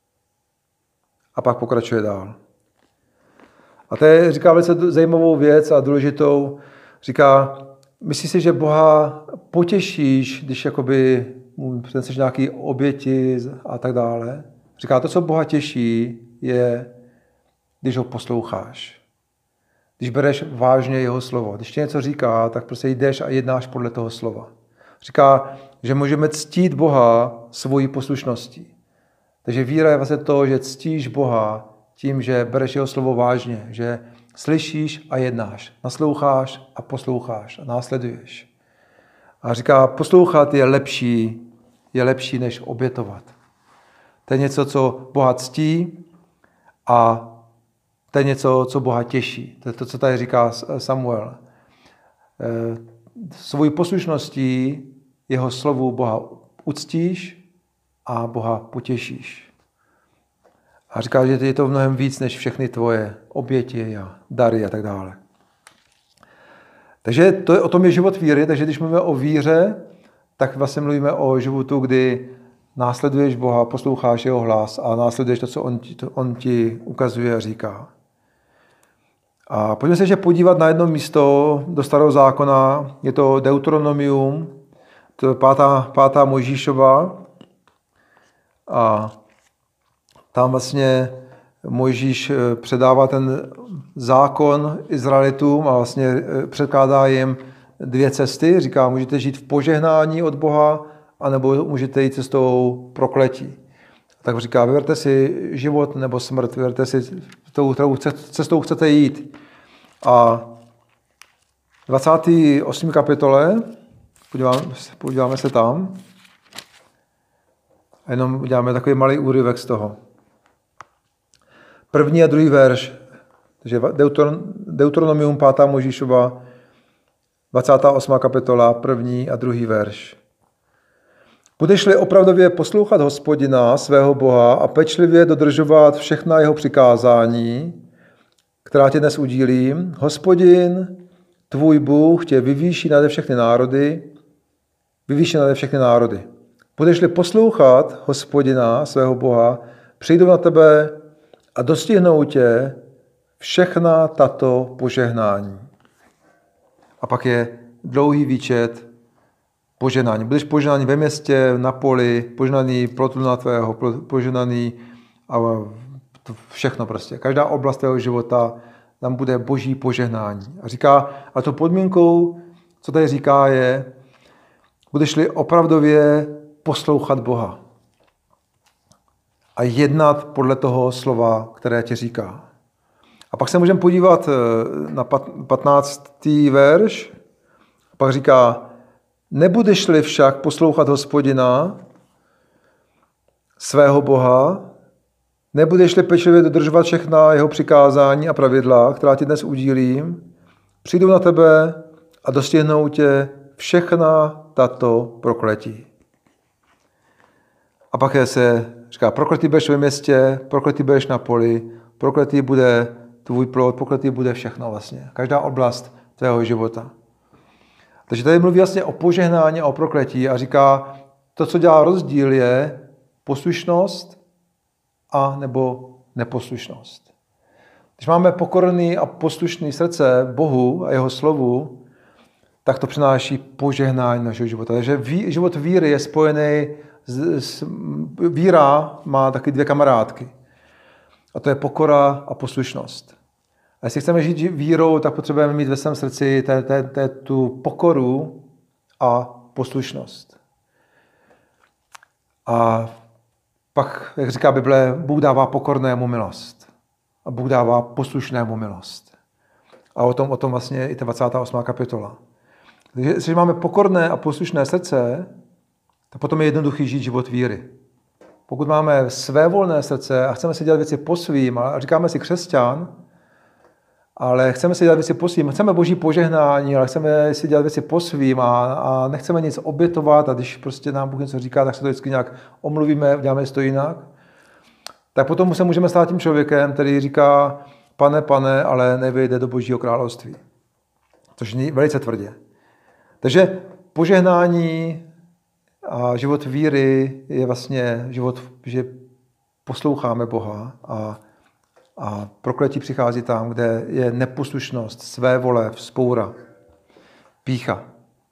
A pak pokračuje dál. A to je, říká velice zajímavou věc a důležitou. Říká, myslíš si, že Boha potěšíš, když jakoby mu přineseš nějaké oběti a tak dále. Říká, to, co Boha těší, je, když ho posloucháš. Když bereš vážně jeho slovo. Když ti něco říká, tak prostě jdeš a jednáš podle toho slova. Říká, že můžeme ctít Boha svojí poslušností. Takže víra je vlastně to, že ctíš Boha tím, že bereš jeho slovo vážně, že slyšíš a jednáš, nasloucháš a posloucháš a následuješ. A říká, poslouchat je lepší, je lepší, než obětovat. To je něco, co Boha ctí a to je něco, co Boha těší. To je to, co tady říká Samuel. Svojí poslušností jeho slovu Boha uctíš a Boha potěšíš. A říká, že je to mnohem víc než všechny tvoje oběti a dary a tak dále. Takže to je, o tom je život víry, takže když mluvíme o víře, tak vlastně mluvíme o životu, kdy následuješ Boha, posloucháš jeho hlas a následuješ to, co on ti, to on ti ukazuje a říká. A pojďme se ještě podívat na jedno místo do Starého zákona, je to Deuteronomium, to je pátá, pátá Mojžíšova. A tam vlastně Mojžíš předává ten zákon Izraelitům a vlastně předkládá jim dvě cesty. Říká, můžete žít v požehnání od Boha, anebo můžete jít cestou prokletí. Tak říká, vyberte si život nebo smrt, vyberte si tou, kterou cestou chcete jít. A v dvacáté osmé kapitole, podíváme, podíváme se tam, a jenom uděláme takový malý úryvek z toho. První a druhý verš, takže Deuteronomium pátá Mojžíšova, dvacátá osmá kapitola, první a druhý verš. Budeš-li opravdově poslouchat Hospodina, svého Boha, a pečlivě dodržovat všechna jeho přikázání, která tě dnes udílím, Hospodin, tvůj Bůh, tě vyvýší nade všechny národy, vyvýší nade všechny národy. Budeš-li poslouchat Hospodina, svého Boha, přijdou na tebe a dostihnou tě všechna tato požehnání. A pak je dlouhý výčet požehnání. Budeš požehnaný ve městě, na poli, požehnaný plodů tvého, požehnaný a to všechno prostě. Každá oblast tvého života, tam bude boží požehnání. A říká, a to podmínkou, co tady říká, je, budeš-li opravdově poslouchat Boha. a jednat podle toho slova, které ti říká. A pak se můžeme podívat na patnáctý verš. Pak říká, nebudeš-li však poslouchat Hospodina, svého Boha, nebudeš-li pečlivě dodržovat všechna jeho přikázání a pravidla, která ti dnes udílím, přijdou na tebe a dostihnou tě všechna tato prokletí. A pak se říká, prokletý budeš ve městě, prokletý budeš na poli, prokletý bude tvůj plod, prokletý bude všechno vlastně. Každá oblast tvého života. Takže tady mluví vlastně o požehnání a o prokletí a říká, to, co dělá rozdíl, je poslušnost a nebo neposlušnost. Když máme pokorný a poslušný srdce Bohu a jeho slovu, tak to přináší požehnání našeho života. Takže ví, život víry je spojený s, s víra má taky dvě kamarádky. A to je pokora a poslušnost. A jestli chceme žít vírou, tak potřebujeme mít ve svém srdci té, té, té, tu pokoru a poslušnost. A pak, jak říká Bible, Bůh dává pokornému milost. A Bůh dává poslušnému milost. A o tom, o tom vlastně i ta dvacátá osmá kapitola. Takže když máme pokorné a poslušné srdce, tak potom je jednoduchý žít život víry. Pokud máme své volné srdce a chceme si dělat věci po svým, a říkáme si křesťan, ale chceme si dělat věci po svým, chceme boží požehnání, ale chceme si dělat věci po svým a, a nechceme nic obětovat a když prostě nám Bůh něco říká, tak se to vždycky nějak omluvíme, děláme to jinak, tak potom se můžeme stát tím člověkem, který říká, pane, pane, ale nevejde do božího království. Což je velice tvrdě. Takže požehnání a život víry je vlastně život, že posloucháme Boha a, a prokletí přichází tam, kde je neposlušnost, své vole, vzpoura, pýcha.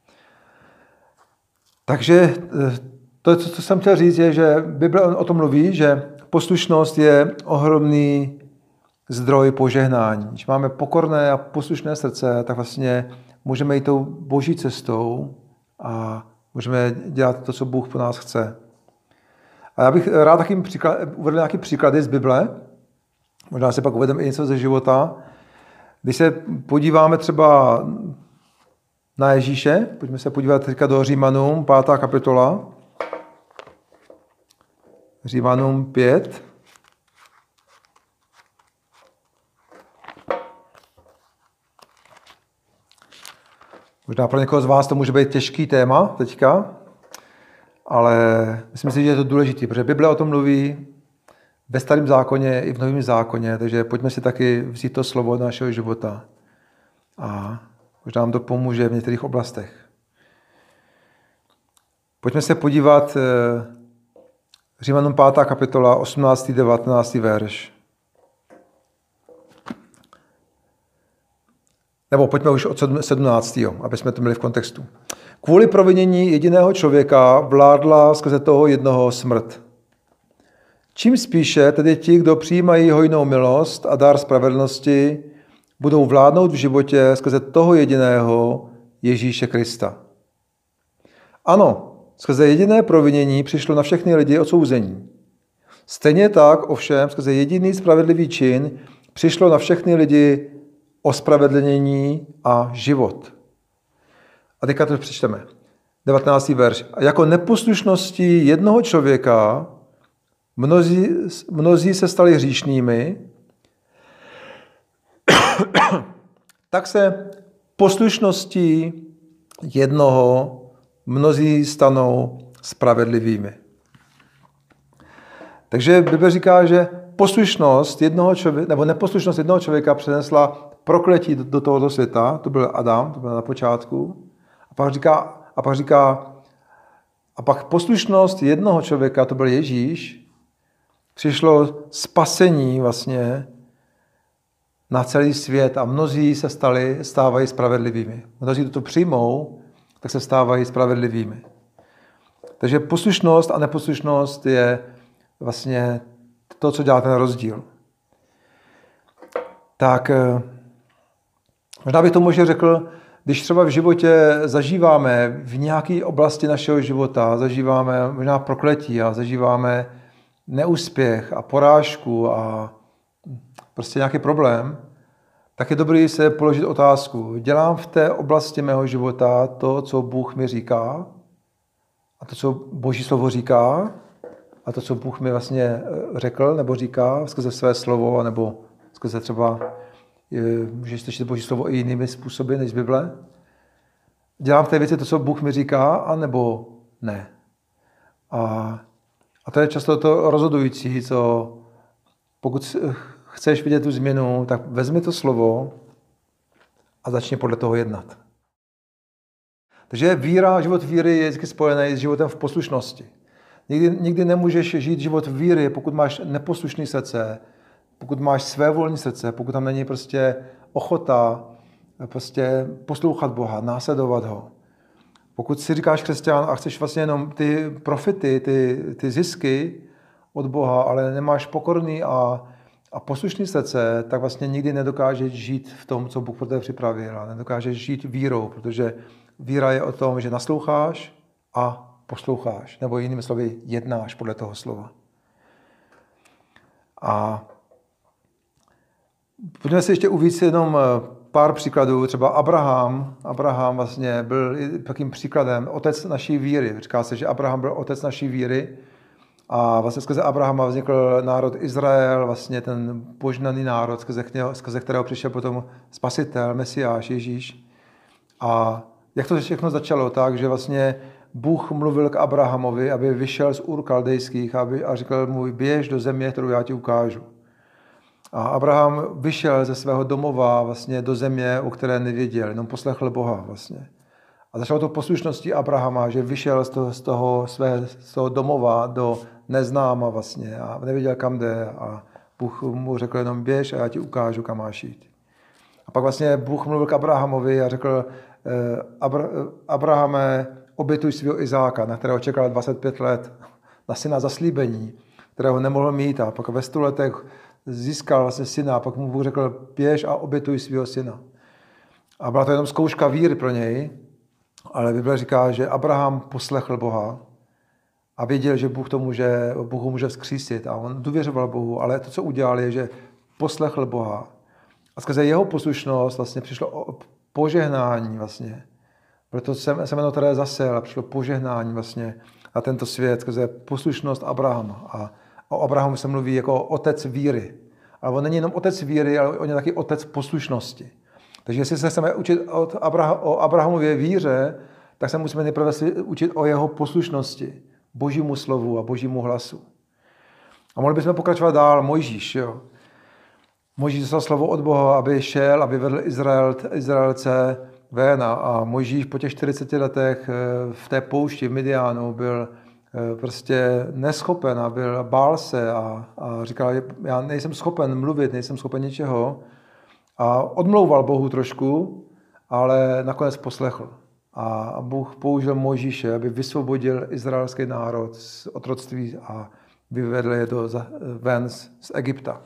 Takže to, co jsem chtěl říct, je, že Bible o tom mluví, že poslušnost je ohromný zdroj požehnání. Když máme pokorné a poslušné srdce, tak vlastně můžeme jít tou boží cestou a můžeme dělat to, co Bůh po nás chce. A já bych rád taky příklad, uvedl nějaké příklady z Bible. Možná si pak uvedeme i něco ze života. Když se podíváme třeba na Ježíše, pojďme se podívat teďka do Římanům, pátá kapitola. Římanům pět. Možná pro někoho z vás to může být těžký téma teďka, ale myslím si, že je to důležité, protože Bible o tom mluví ve Starém zákoně i v Novém zákoně, takže pojďme si taky vzít to slovo do našeho života a možná nám to pomůže v některých oblastech. Pojďme se podívat Římanům pátá kapitola, osmnáctý devatenáctý verš. Nebo pojďme už od sedmnáctého aby jsme to měli v kontextu. Kvůli provinění jediného člověka vládla skrze toho jednoho smrt. Čím spíše tedy ti, kdo přijímají hojnou milost a dar spravedlnosti, budou vládnout v životě skrze toho jediného Ježíše Krista. Ano, skrze jediné provinění přišlo na všechny lidi odsouzení. Stejně tak, ovšem, skrze jediný spravedlivý čin přišlo na všechny lidi ospravedlnění a život. A teďka to přečteme. devatenáctý verš. A jako neposlušností jednoho člověka mnozí, mnozí se stali hříšnými, tak se poslušností jednoho mnozí stanou spravedlivými. Takže Bible říká, že poslušnost jednoho člověka, nebo neposlušnost jednoho člověka přinesla prokletí do, do tohoto světa, to byl Adam, to byl na počátku, a pak říká, a pak říká, a pak poslušnost jednoho člověka, to byl Ježíš, přišlo spasení vlastně na celý svět a mnozí se stali, stávají spravedlivými. Mnozí to přijmou, tak se stávají spravedlivými. Takže poslušnost a neposlušnost je vlastně to, co dělá ten rozdíl. Tak možná bych to možná řekl, když třeba v životě zažíváme v nějaké oblasti našeho života, zažíváme možná prokletí a zažíváme neúspěch a porážku a prostě nějaký problém, tak je dobré se položit otázku. Dělám v té oblasti mého života to, co Bůh mi říká, a to, co Boží slovo říká, a to, co Bůh mi vlastně řekl nebo říká skrze své slovo, nebo skrze třeba, můžeš slyšet Boží slovo i jinými způsoby než z Bible. Dělám v té věci to, co Bůh mi říká, anebo ne. A, a to je často to rozhodující, co pokud chceš vidět tu změnu, tak vezmi to slovo a začni podle toho jednat. Takže víra, život víry je vždycky spojený s životem v poslušnosti. Nikdy, nikdy nemůžeš žít život víry, pokud máš neposlušné srdce, pokud máš svévolné srdce, pokud tam není prostě ochota prostě poslouchat Boha, následovat ho. Pokud si říkáš křesťan a chceš vlastně jenom ty profity, ty, ty zisky od Boha, ale nemáš pokorný a, a poslušný srdce, tak vlastně nikdy nedokážeš žít v tom, co Bůh pro tebe připravil. A nedokážeš žít vírou, protože víra je o tom, že nasloucháš a posloucháš, nebo jinými slovy jednáš podle toho slova. A pojďme si ještě uvíct jenom pár příkladů. Třeba Abraham, Abraham vlastně byl takým příkladem, otec naší víry. Říká se, že Abraham byl otec naší víry a vlastně skrze Abrahama vznikl národ Izrael, vlastně ten požehnaný národ, skrze, skrze kterého přišel potom spasitel, Mesiáš, Ježíš. A jak to všechno začalo? Tak, že vlastně Bůh mluvil k Abrahamovi, aby vyšel z Ur Kaldejských aby, a říkal mu, běž do země, kterou já ti ukážu. A Abraham vyšel ze svého domova vlastně do země, o které nevěděl, jenom poslechl Boha vlastně. A začalo to poslušností Abrahama, že vyšel z toho, z toho, své, z toho domova do neznáma vlastně a nevěděl, kam jde. A Bůh mu řekl jenom běž a já ti ukážu, kam máš jít. A pak vlastně Bůh mluvil k Abrahamovi a řekl, Abra- Abrahame, obětuj svého Izáka, na kterého čekal dvacet pět let, na syna zaslíbení, kterého nemohl mít. A pak ve stu letech získal vlastně syna a pak mu Bůh řekl, běž a obětuj svého syna. A byla to jenom zkouška víry pro něj, ale Bible říká, že Abraham poslechl Boha a věděl, že Bůh to může, Bůh ho může vzkřísit a on důvěřoval Bohu, ale to, co udělal, je, že poslechl Boha. A skrze jeho poslušnost vlastně přišlo požehnání vlastně. Proto semeno, které zasel a přišlo požehnání vlastně na tento svět skrze poslušnost Abrahama. A o Abrahamu se mluví jako otec víry. Ale on není jenom otec víry, ale on je taky otec poslušnosti. Takže jestli se chceme učit od Abraham, o Abrahamově víře, tak se musíme nejprve učit o jeho poslušnosti, Božímu slovu a Božímu hlasu. A mohli bychom pokračovat dál. Mojžíš, jo. Mojžíš dostal slovo od Boha, aby šel a vyvedl Izrael, Izraelce ven. A Mojžíš po těch čtyřiceti letech v té poušti v Midianu byl prostě neschopen a byl, bál se a, a říkal, já nejsem schopen mluvit, nejsem schopen ničeho. A odmlouval Bohu trošku, ale nakonec poslechl. A Bůh použil Mojžíše, aby vysvobodil izraelský národ z otroctví a vyvedl je do, ven z Egypta.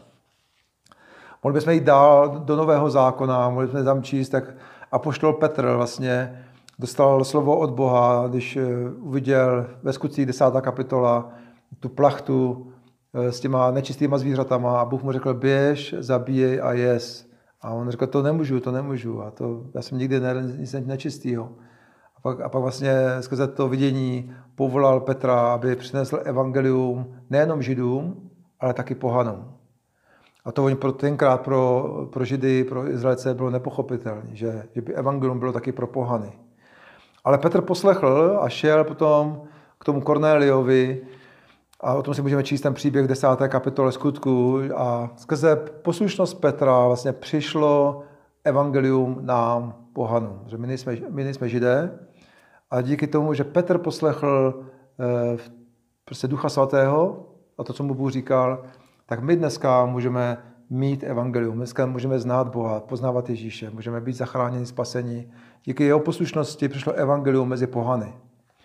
Mohli bychom jít dál do Nového zákona, mohli bychom tam číst, tak apoštol Petr vlastně dostal slovo od Boha, když uviděl ve Skutcích desátá kapitola tu plachtu s těma nečistýma zvířatama a Bůh mu řekl, běž, zabíjej a jes. A on řekl, to nemůžu, to nemůžu. A to, já jsem nikdy ne, nic nečistýho. A pak, a pak vlastně skrze to vidění povolal Petra, aby přinesl evangelium nejenom Židům, ale taky pohanům. A to oni pro tenkrát pro, pro Židy, pro Izraelce bylo nepochopitelné, že, že by evangelium bylo taky pro pohany. Ale Petr poslechl a šel potom k tomu Kornéliovi a o tom si můžeme číst ten příběh v desáté kapitole Skutků a skrze poslušnost Petra vlastně přišlo evangelium nám pohanům. Že my nejsme, my nejsme Židé a díky tomu, že Petr poslechl eh, prostě Ducha Svatého a to, co mu Bůh říkal, tak my dneska můžeme mít evangelium. Dneska můžeme znát Boha, poznávat Ježíše, můžeme být zachráněni, spaseni. Díky jeho poslušnosti přišlo evangelium mezi pohany.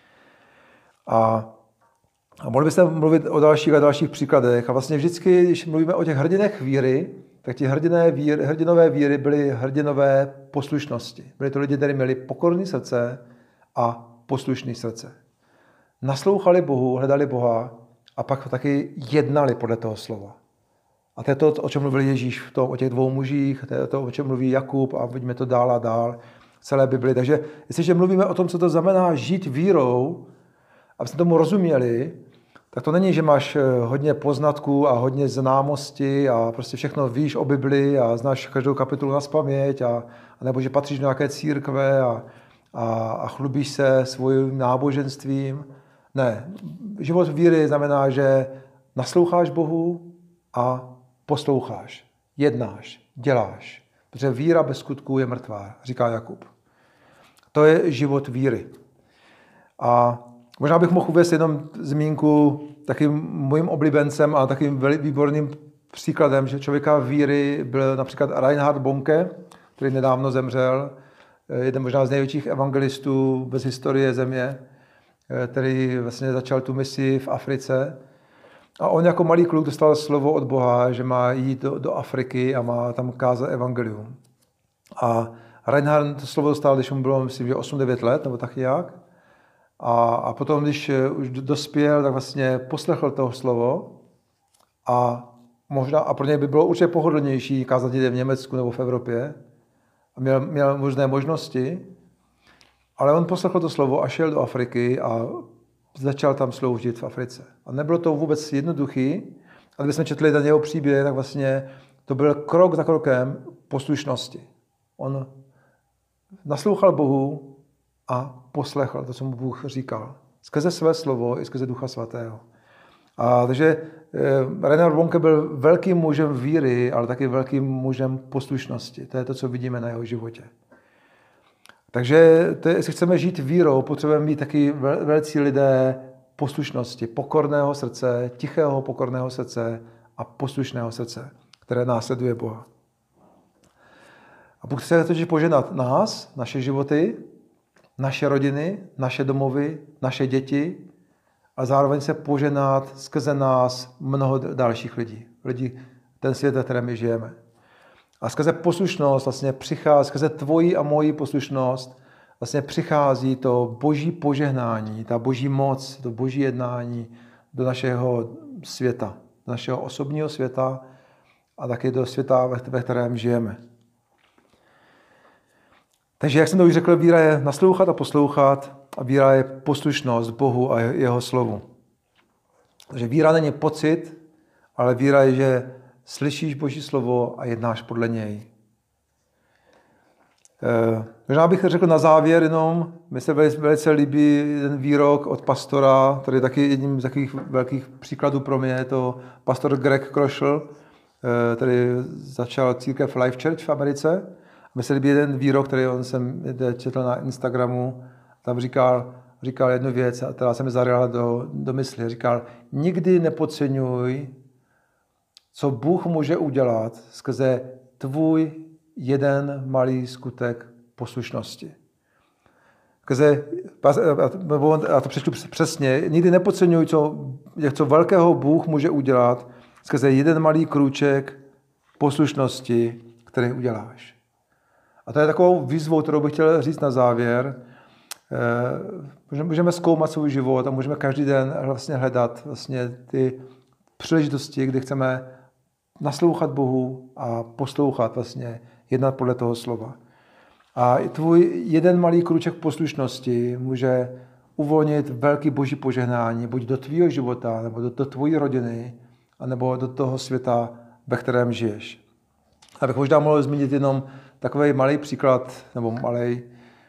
A, a mohli byste mluvit o dalších a dalších příkladech. A vlastně vždycky, když mluvíme o těch hrdinech víry, tak ti hrdiné víry, hrdinové víry byly hrdinové poslušnosti. Byli to lidi, kteří měli pokorné srdce a poslušné srdce. Naslouchali Bohu, hledali Boha a pak taky jednali podle toho slova. A to je to, o čem mluvil Ježíš, v tom, o těch dvou mužích, to je to, o čem mluví Jakub a vidíme to dál a dál v celé Bibli. Takže jestliže mluvíme o tom, co to znamená žít vírou, aby jsme tomu rozuměli, tak to není, že máš hodně poznatků a hodně známosti a prostě všechno víš o Bibli a znáš každou kapitolu nazpaměť, a, a nebo že patříš do nějaké církve a, a, a chlubíš se svým náboženstvím. Ne, život víry znamená, že nasloucháš Bohu a posloucháš, jednáš, děláš. Protože víra bez skutků je mrtvá, říká Jakub. To je život víry. A možná bych mohl uvést jenom zmínku takým mojím oblíbencem a takým výborným příkladem, že člověka víry byl například Reinhard Bonke, který nedávno zemřel, jeden možná z největších evangelistů bez historie země, který vlastně začal tu misi v Africe. A on jako malý kluk dostal slovo od Boha, že má jít do, do Afriky a má tam kázat evangelium. A Reinhard to slovo dostal, když mu bylo, myslím, že osm devět let, nebo tak nějak. A, a potom, když už dospěl, tak vlastně poslechl toho slovo a možná, a pro něj by bylo určitě pohodlnější kázat někde v Německu nebo v Evropě. A měl, měl možné možnosti, ale on poslechl to slovo a šel do Afriky a začal tam sloužit v Africe. A nebylo to vůbec jednoduchý. A když jsme četli ten jeho příběh, tak vlastně to byl krok za krokem poslušnosti. On naslouchal Bohu a poslechl to, co mu Bůh říkal. Skrze své slovo i skrze Ducha Svatého. A takže eh, Reinhard Bonke byl velkým mužem víry, ale taky velkým mužem poslušnosti. To je to, co vidíme na jeho životě. Takže to je, jestli chceme žít vírou, potřebujeme mít taky vel, velcí lidé poslušnosti, pokorného srdce, tichého pokorného srdce a poslušného srdce, které následuje Boha. A Bůh chce totiž poženat nás, naše životy, naše rodiny, naše domovy, naše děti a zároveň se poženat skrze nás mnoho dalších lidí. Lidí, ten svět, ve kterém my žijeme. A skrze poslušnost vlastně přichází, skrze tvoji a moji poslušnost vlastně přichází to boží požehnání, ta boží moc, to boží jednání do našeho světa, do našeho osobního světa a taky do světa, ve kterém žijeme. Takže, jak jsem to už řekl, víra je naslouchat a poslouchat a víra je poslušnost Bohu a jeho slovu. Takže víra není pocit, ale víra je, že slyšíš Boží slovo a jednáš podle něj. E, možná bych řekl na závěr jenom, mi se velice, velice líbí ten výrok od pastora, který je taky jedním z takových velkých příkladů pro mě, je to pastor Greg Kroschel, e, který začal církev Life Church v Americe. Mně se líbí jeden výrok, který on jsem četl na Instagramu, tam říkal, říkal jednu věc, která se mi zaryla do, do mysli. Říkal, nikdy nepodceňuj, co Bůh může udělat skrze tvůj jeden malý skutek poslušnosti. Skrze, a to přečtu přesně, nikdy nepodceňuj, co, co velkého Bůh může udělat skrze jeden malý krůček poslušnosti, který uděláš. A to je takovou výzvou, kterou bych chtěl říct na závěr. Můžeme zkoumat svůj život a můžeme každý den vlastně hledat vlastně ty příležitosti, kdy chceme naslouchat Bohu a poslouchat vlastně, jednat podle toho slova. A tvůj jeden malý kruček poslušnosti může uvolnit velký boží požehnání, buď do tvýho života, nebo do, do tvojí rodiny, anebo do toho světa, ve kterém žiješ. Abych možná mohl zmínit jenom takový malý příklad, nebo malý.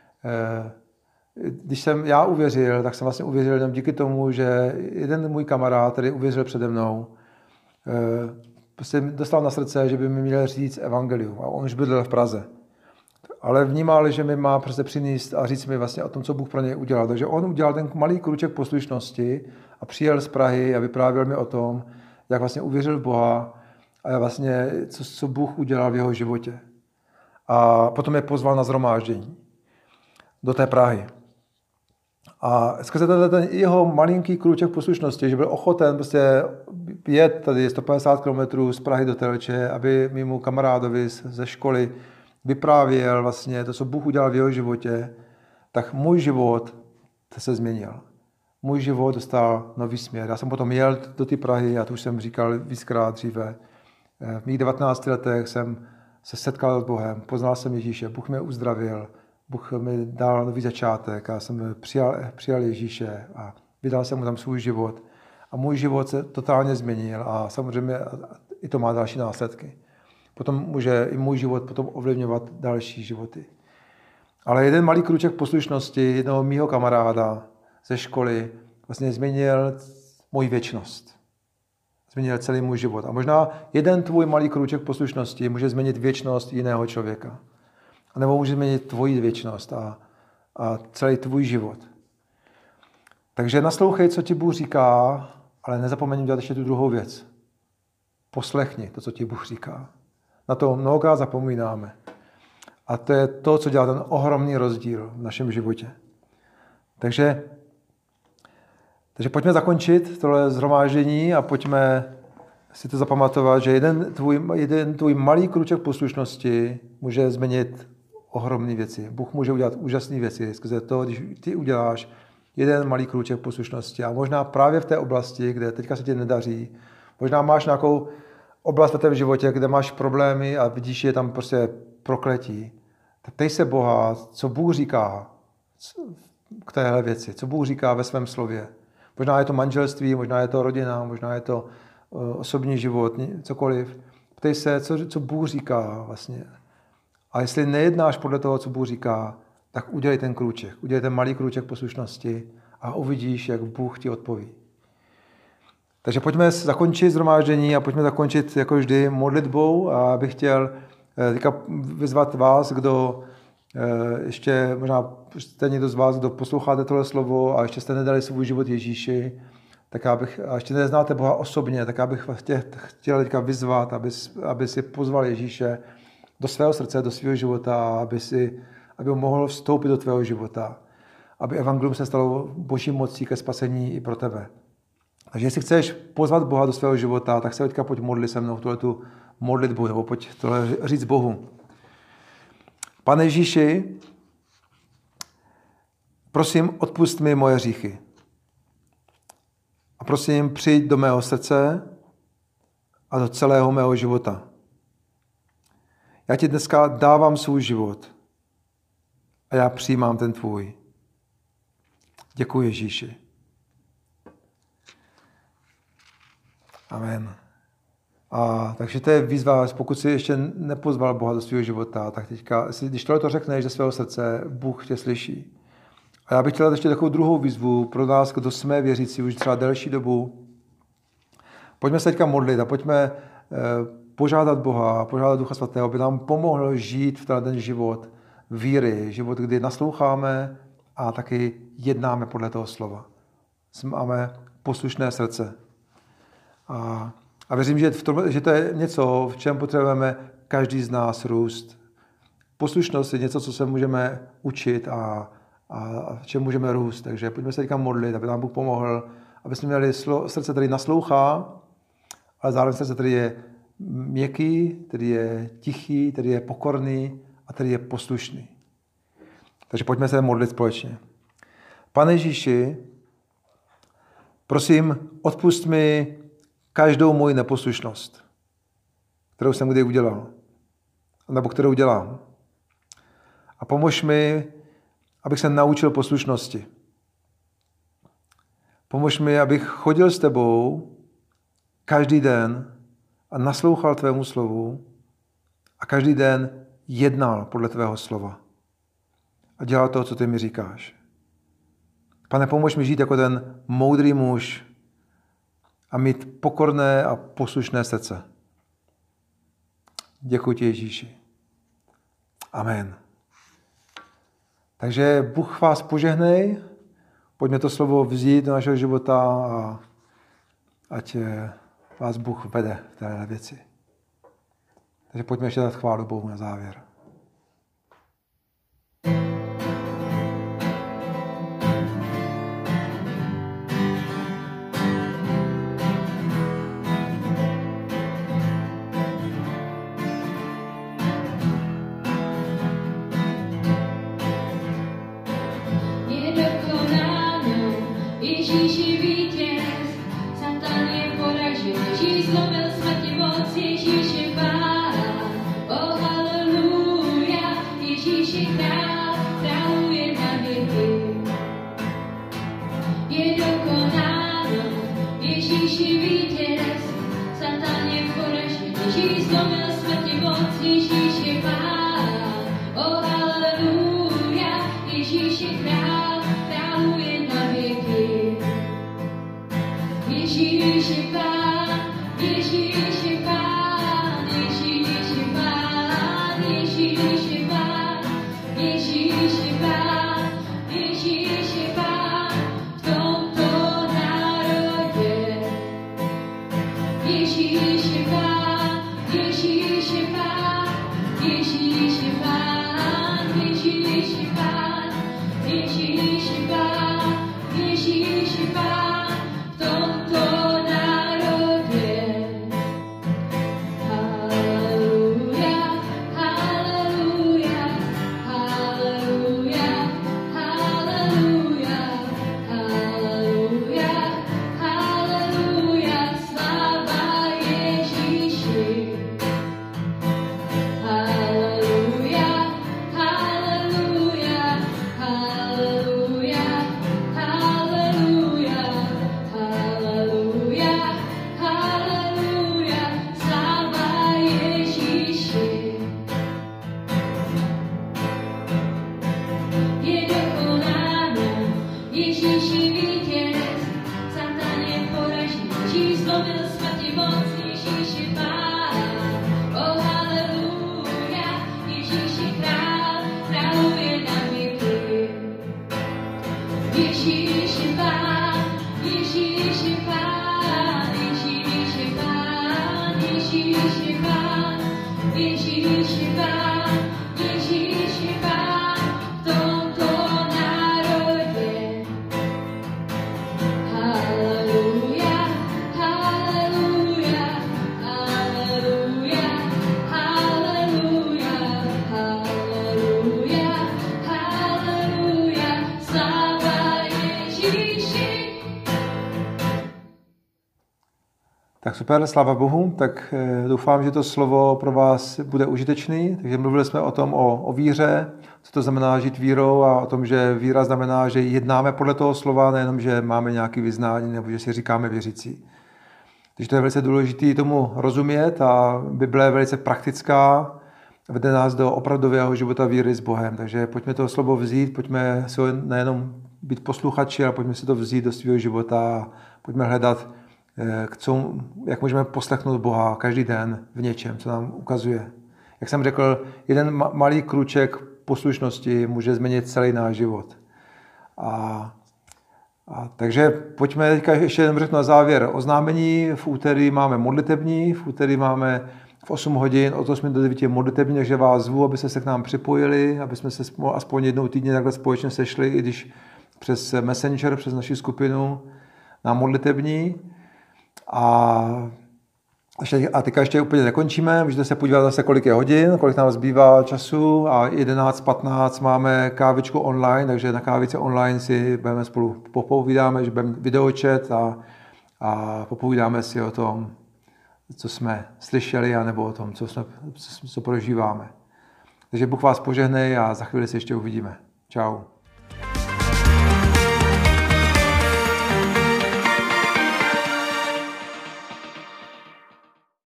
Když jsem já uvěřil, tak jsem vlastně uvěřil jenom díky tomu, že jeden můj kamarád, který uvěřil přede mnou, prostě dostal na srdce, že by mi měl říct evangelium. A on už bydlel v Praze. Ale vnímal, že mi má prostě přinést a říct mi vlastně o tom, co Bůh pro něj udělal. Takže on udělal ten malý kruček poslušnosti a přijel z Prahy a vyprávěl mi o tom, jak vlastně uvěřil v Boha a vlastně, co, co Bůh udělal v jeho životě. A potom je pozval na shromáždění do té Prahy. A skrze ten jeho malinký krůček poslušnosti, že byl ochoten prostě jet tady sto padesát kilometrů z Prahy do Telče, aby mému kamarádovi ze školy vyprávěl vlastně to, co Bůh udělal v jeho životě, tak můj život se změnil. můj život dostal nový směr. Já jsem potom jel do té Prahy, a to už jsem říkal víckrát dříve. V mých devatenácti letech jsem se setkal s Bohem, poznal jsem Ježíše, Bůh mě uzdravil, Bůh mi dal nový začátek a jsem přijal, přijal Ježíše a vydal jsem mu tam svůj život. A můj život se totálně změnil a samozřejmě i to má další následky. Potom může i můj život potom ovlivňovat další životy. Ale jeden malý kruček poslušnosti jednoho mýho kamaráda ze školy vlastně změnil moji věčnost. Změnil celý můj život. A možná jeden tvůj malý kruček poslušnosti může změnit věčnost jiného člověka. A nebo může změnit tvoji věčnost a, a celý tvůj život. Takže naslouchej, co ti Bůh říká, ale nezapomeň dělat ještě tu druhou věc. Poslechni to, co ti Bůh říká. Na to mnohokrát zapomínáme. A to je to, co dělá ten ohromný rozdíl v našem životě. Takže, takže pojďme zakončit tohle shromáždění a pojďme si to zapamatovat, že jeden tvůj, jeden tvůj malý kruček poslušnosti může změnit ohromné věci. Bůh může udělat úžasné věci skrze to, když ty uděláš jeden malý kruček poslušnosti. A možná právě v té oblasti, kde teďka se ti nedaří, možná máš nějakou oblast v tvém životě, kde máš problémy a vidíš, že je tam prostě prokletí, tak ptej se Boha, co Bůh říká k téhle věci, co Bůh říká ve svém slově. Možná je to manželství, možná je to rodina, možná je to osobní život, cokoliv. Ptej se, co, co Bůh říká vlastně. A jestli nejednáš podle toho, co Bůh říká, tak udělej ten krůček, udělej ten malý krůček poslušnosti a uvidíš, jak Bůh ti odpoví. Takže pojďme zakončit shromáždění a pojďme zakončit jako vždy modlitbou a bych chtěl teďka vyzvat vás, kdo ještě, možná jste někdo z vás, kdo posloucháte tohle slovo a ještě jste nedali svůj život Ježíši, tak já bych, a ještě neznáte Boha osobně, tak já bych tě chtěl teďka vyzvat, aby, aby si pozval Ježíše do svého srdce, do svého života, aby, si, aby mohl vstoupit do tvého života, aby evangelium se stalo boží mocí ke spasení i pro tebe. Takže jestli chceš pozvat Boha do svého života, tak se teďka pojď modli se mnou tuhletu modlitbu, nebo pojď tohle říct Bohu. Pane Ježíši, prosím, odpusť mi moje hříchy. A prosím, přijď do mého srdce a do celého mého života. Já ti dneska dávám svůj život a já přijímám ten tvůj. Děkuji Ježíši. Amen. A takže to je výzva, pokud si ještě nepozval Boha do svého života, tak teďka, když tohle to řekneš ze svého srdce, Bůh tě slyší. A já bych chtěl ještě takovou druhou výzvu pro nás, kdo jsme věřící už třeba delší dobu. Pojďme se teďka modlit a pojďme požádat Boha, požádat Ducha Svatého, aby nám pomohl žít v ten život víry, život, kdy nasloucháme a taky jednáme podle toho slova. Máme poslušné srdce. A, a věřím, že, v tom, že to je něco, v čem potřebujeme každý z nás růst. Poslušnost je něco, co se můžeme učit a, a v čem můžeme růst. Takže pojďme se teďka modlit, aby nám Bůh pomohl, aby jsme měli slo, srdce, který naslouchá, ale zároveň srdce, který je měkký, který je tichý, který je pokorný a který je poslušný. Takže pojďme se modlit společně. Pane Ježíši, prosím, odpusť mi každou moji neposlušnost, kterou jsem kdy udělal, nebo kterou dělám. A pomož mi, abych se naučil poslušnosti. Pomož mi, abych chodil s tebou každý den a naslouchal tvému slovu a každý den jednal podle tvého slova a dělal to, co ty mi říkáš. Pane, pomož mi žít jako ten moudrý muž a mít pokorné a poslušné srdce. Děkuji ti, Ježíši. Amen. Takže Bůh vás požehnej, pojďme to slovo vzít do našeho života a ať vás Bůh vede v téhle věci. Takže pojďme ještě dát chválu Bohu na závěr. Je dokonáno, Ježíši vítěz, Satan je poražen, Ježíš zlomil smrti moc, Ježíš je Pán. Oh, haleluja, Ježíš je král, králuje na věky. Je dokonáno, Ježíš je vítěz, Satan je poražen, Ježíš zlomil smrti moc, Ježíš je Pán. Oh, haleluja, Ježíš je král, králuje na věky. Ježíš je Pán, Ježíš je Pán, Ježíš je Pán, Ježíš je Pán, Ježíš je Pán, Ježíš je Pán v tomto národě. Ježíš je Pán, Ježíš je Pán, Ježíš je Pán, Ježíš je Pán, Ježíš je Pán, Ježíš je Pán v tomto národě. Haleluja, haleluja, haleluja, haleluja, haleluja, haleluja, sláva Ježíši. Haleluja, haleluja, haleluja, haleluja, haleluja, haleluja, sláva Ježíši. Je dokonáno, Ježíš je vítěz, Satan je poražen, Ježíš zlomil smrti moc, Ježíš je Pán. Oh, haleluja, Ježíš je král, králuje na věky. Ježíš je Pán, Ježíš je Pán, Ježíš je Pán, Ježíš je Pán, Ježíš je Pán, Ježíš je Pán v tomto národě. Haleluja, haleluja, haleluja, haleluja, haleluja, haleluja, sláva Ježíši. Tak super, sláva Bohu. Tak eh, doufám, že to slovo pro vás bude užitečný. Takže mluvili jsme o tom, o, o víře, co to znamená žít vírou a o tom, že víra znamená, že jednáme podle toho slova, nejenom, že máme nějaké vyznání nebo že si říkáme věřící. Takže to je velice důležité tomu rozumět a Bible je velice praktická, vede nás do opravdového života víry s Bohem. Takže pojďme to slovo vzít, pojďme si ho nejenom být posluchači, ale pojďme si to vzít do svého života a pojďme hledat, co, jak můžeme poslechnout Boha každý den v něčem, co nám ukazuje. Jak jsem řekl, jeden malý kruček poslušnosti může změnit celý náš život. A, a takže pojďme teďka ještě jenom řeknu na závěr. Oznámení v úterý máme modlitební, v úterý máme v osm hodin, od osmi do devíti modlitební, takže vás zvu, abyste se k nám připojili, aby jsme se aspoň jednou týdně takhle společně sešli, i když přes Messenger, přes naši skupinu na modlitební. A, a teďka ještě úplně nekončíme, můžete se podívat zase, kolik je hodin, kolik nám zbývá času a jedenáct patnáct máme kávičku online, takže na kávice online si budeme spolu popovídáme, že budeme videočet a, a popovídáme si o tom, co jsme slyšeli, anebo o tom, co, jsme, co prožíváme. Takže Bůh vás požehnej a za chvíli se ještě uvidíme. Čau.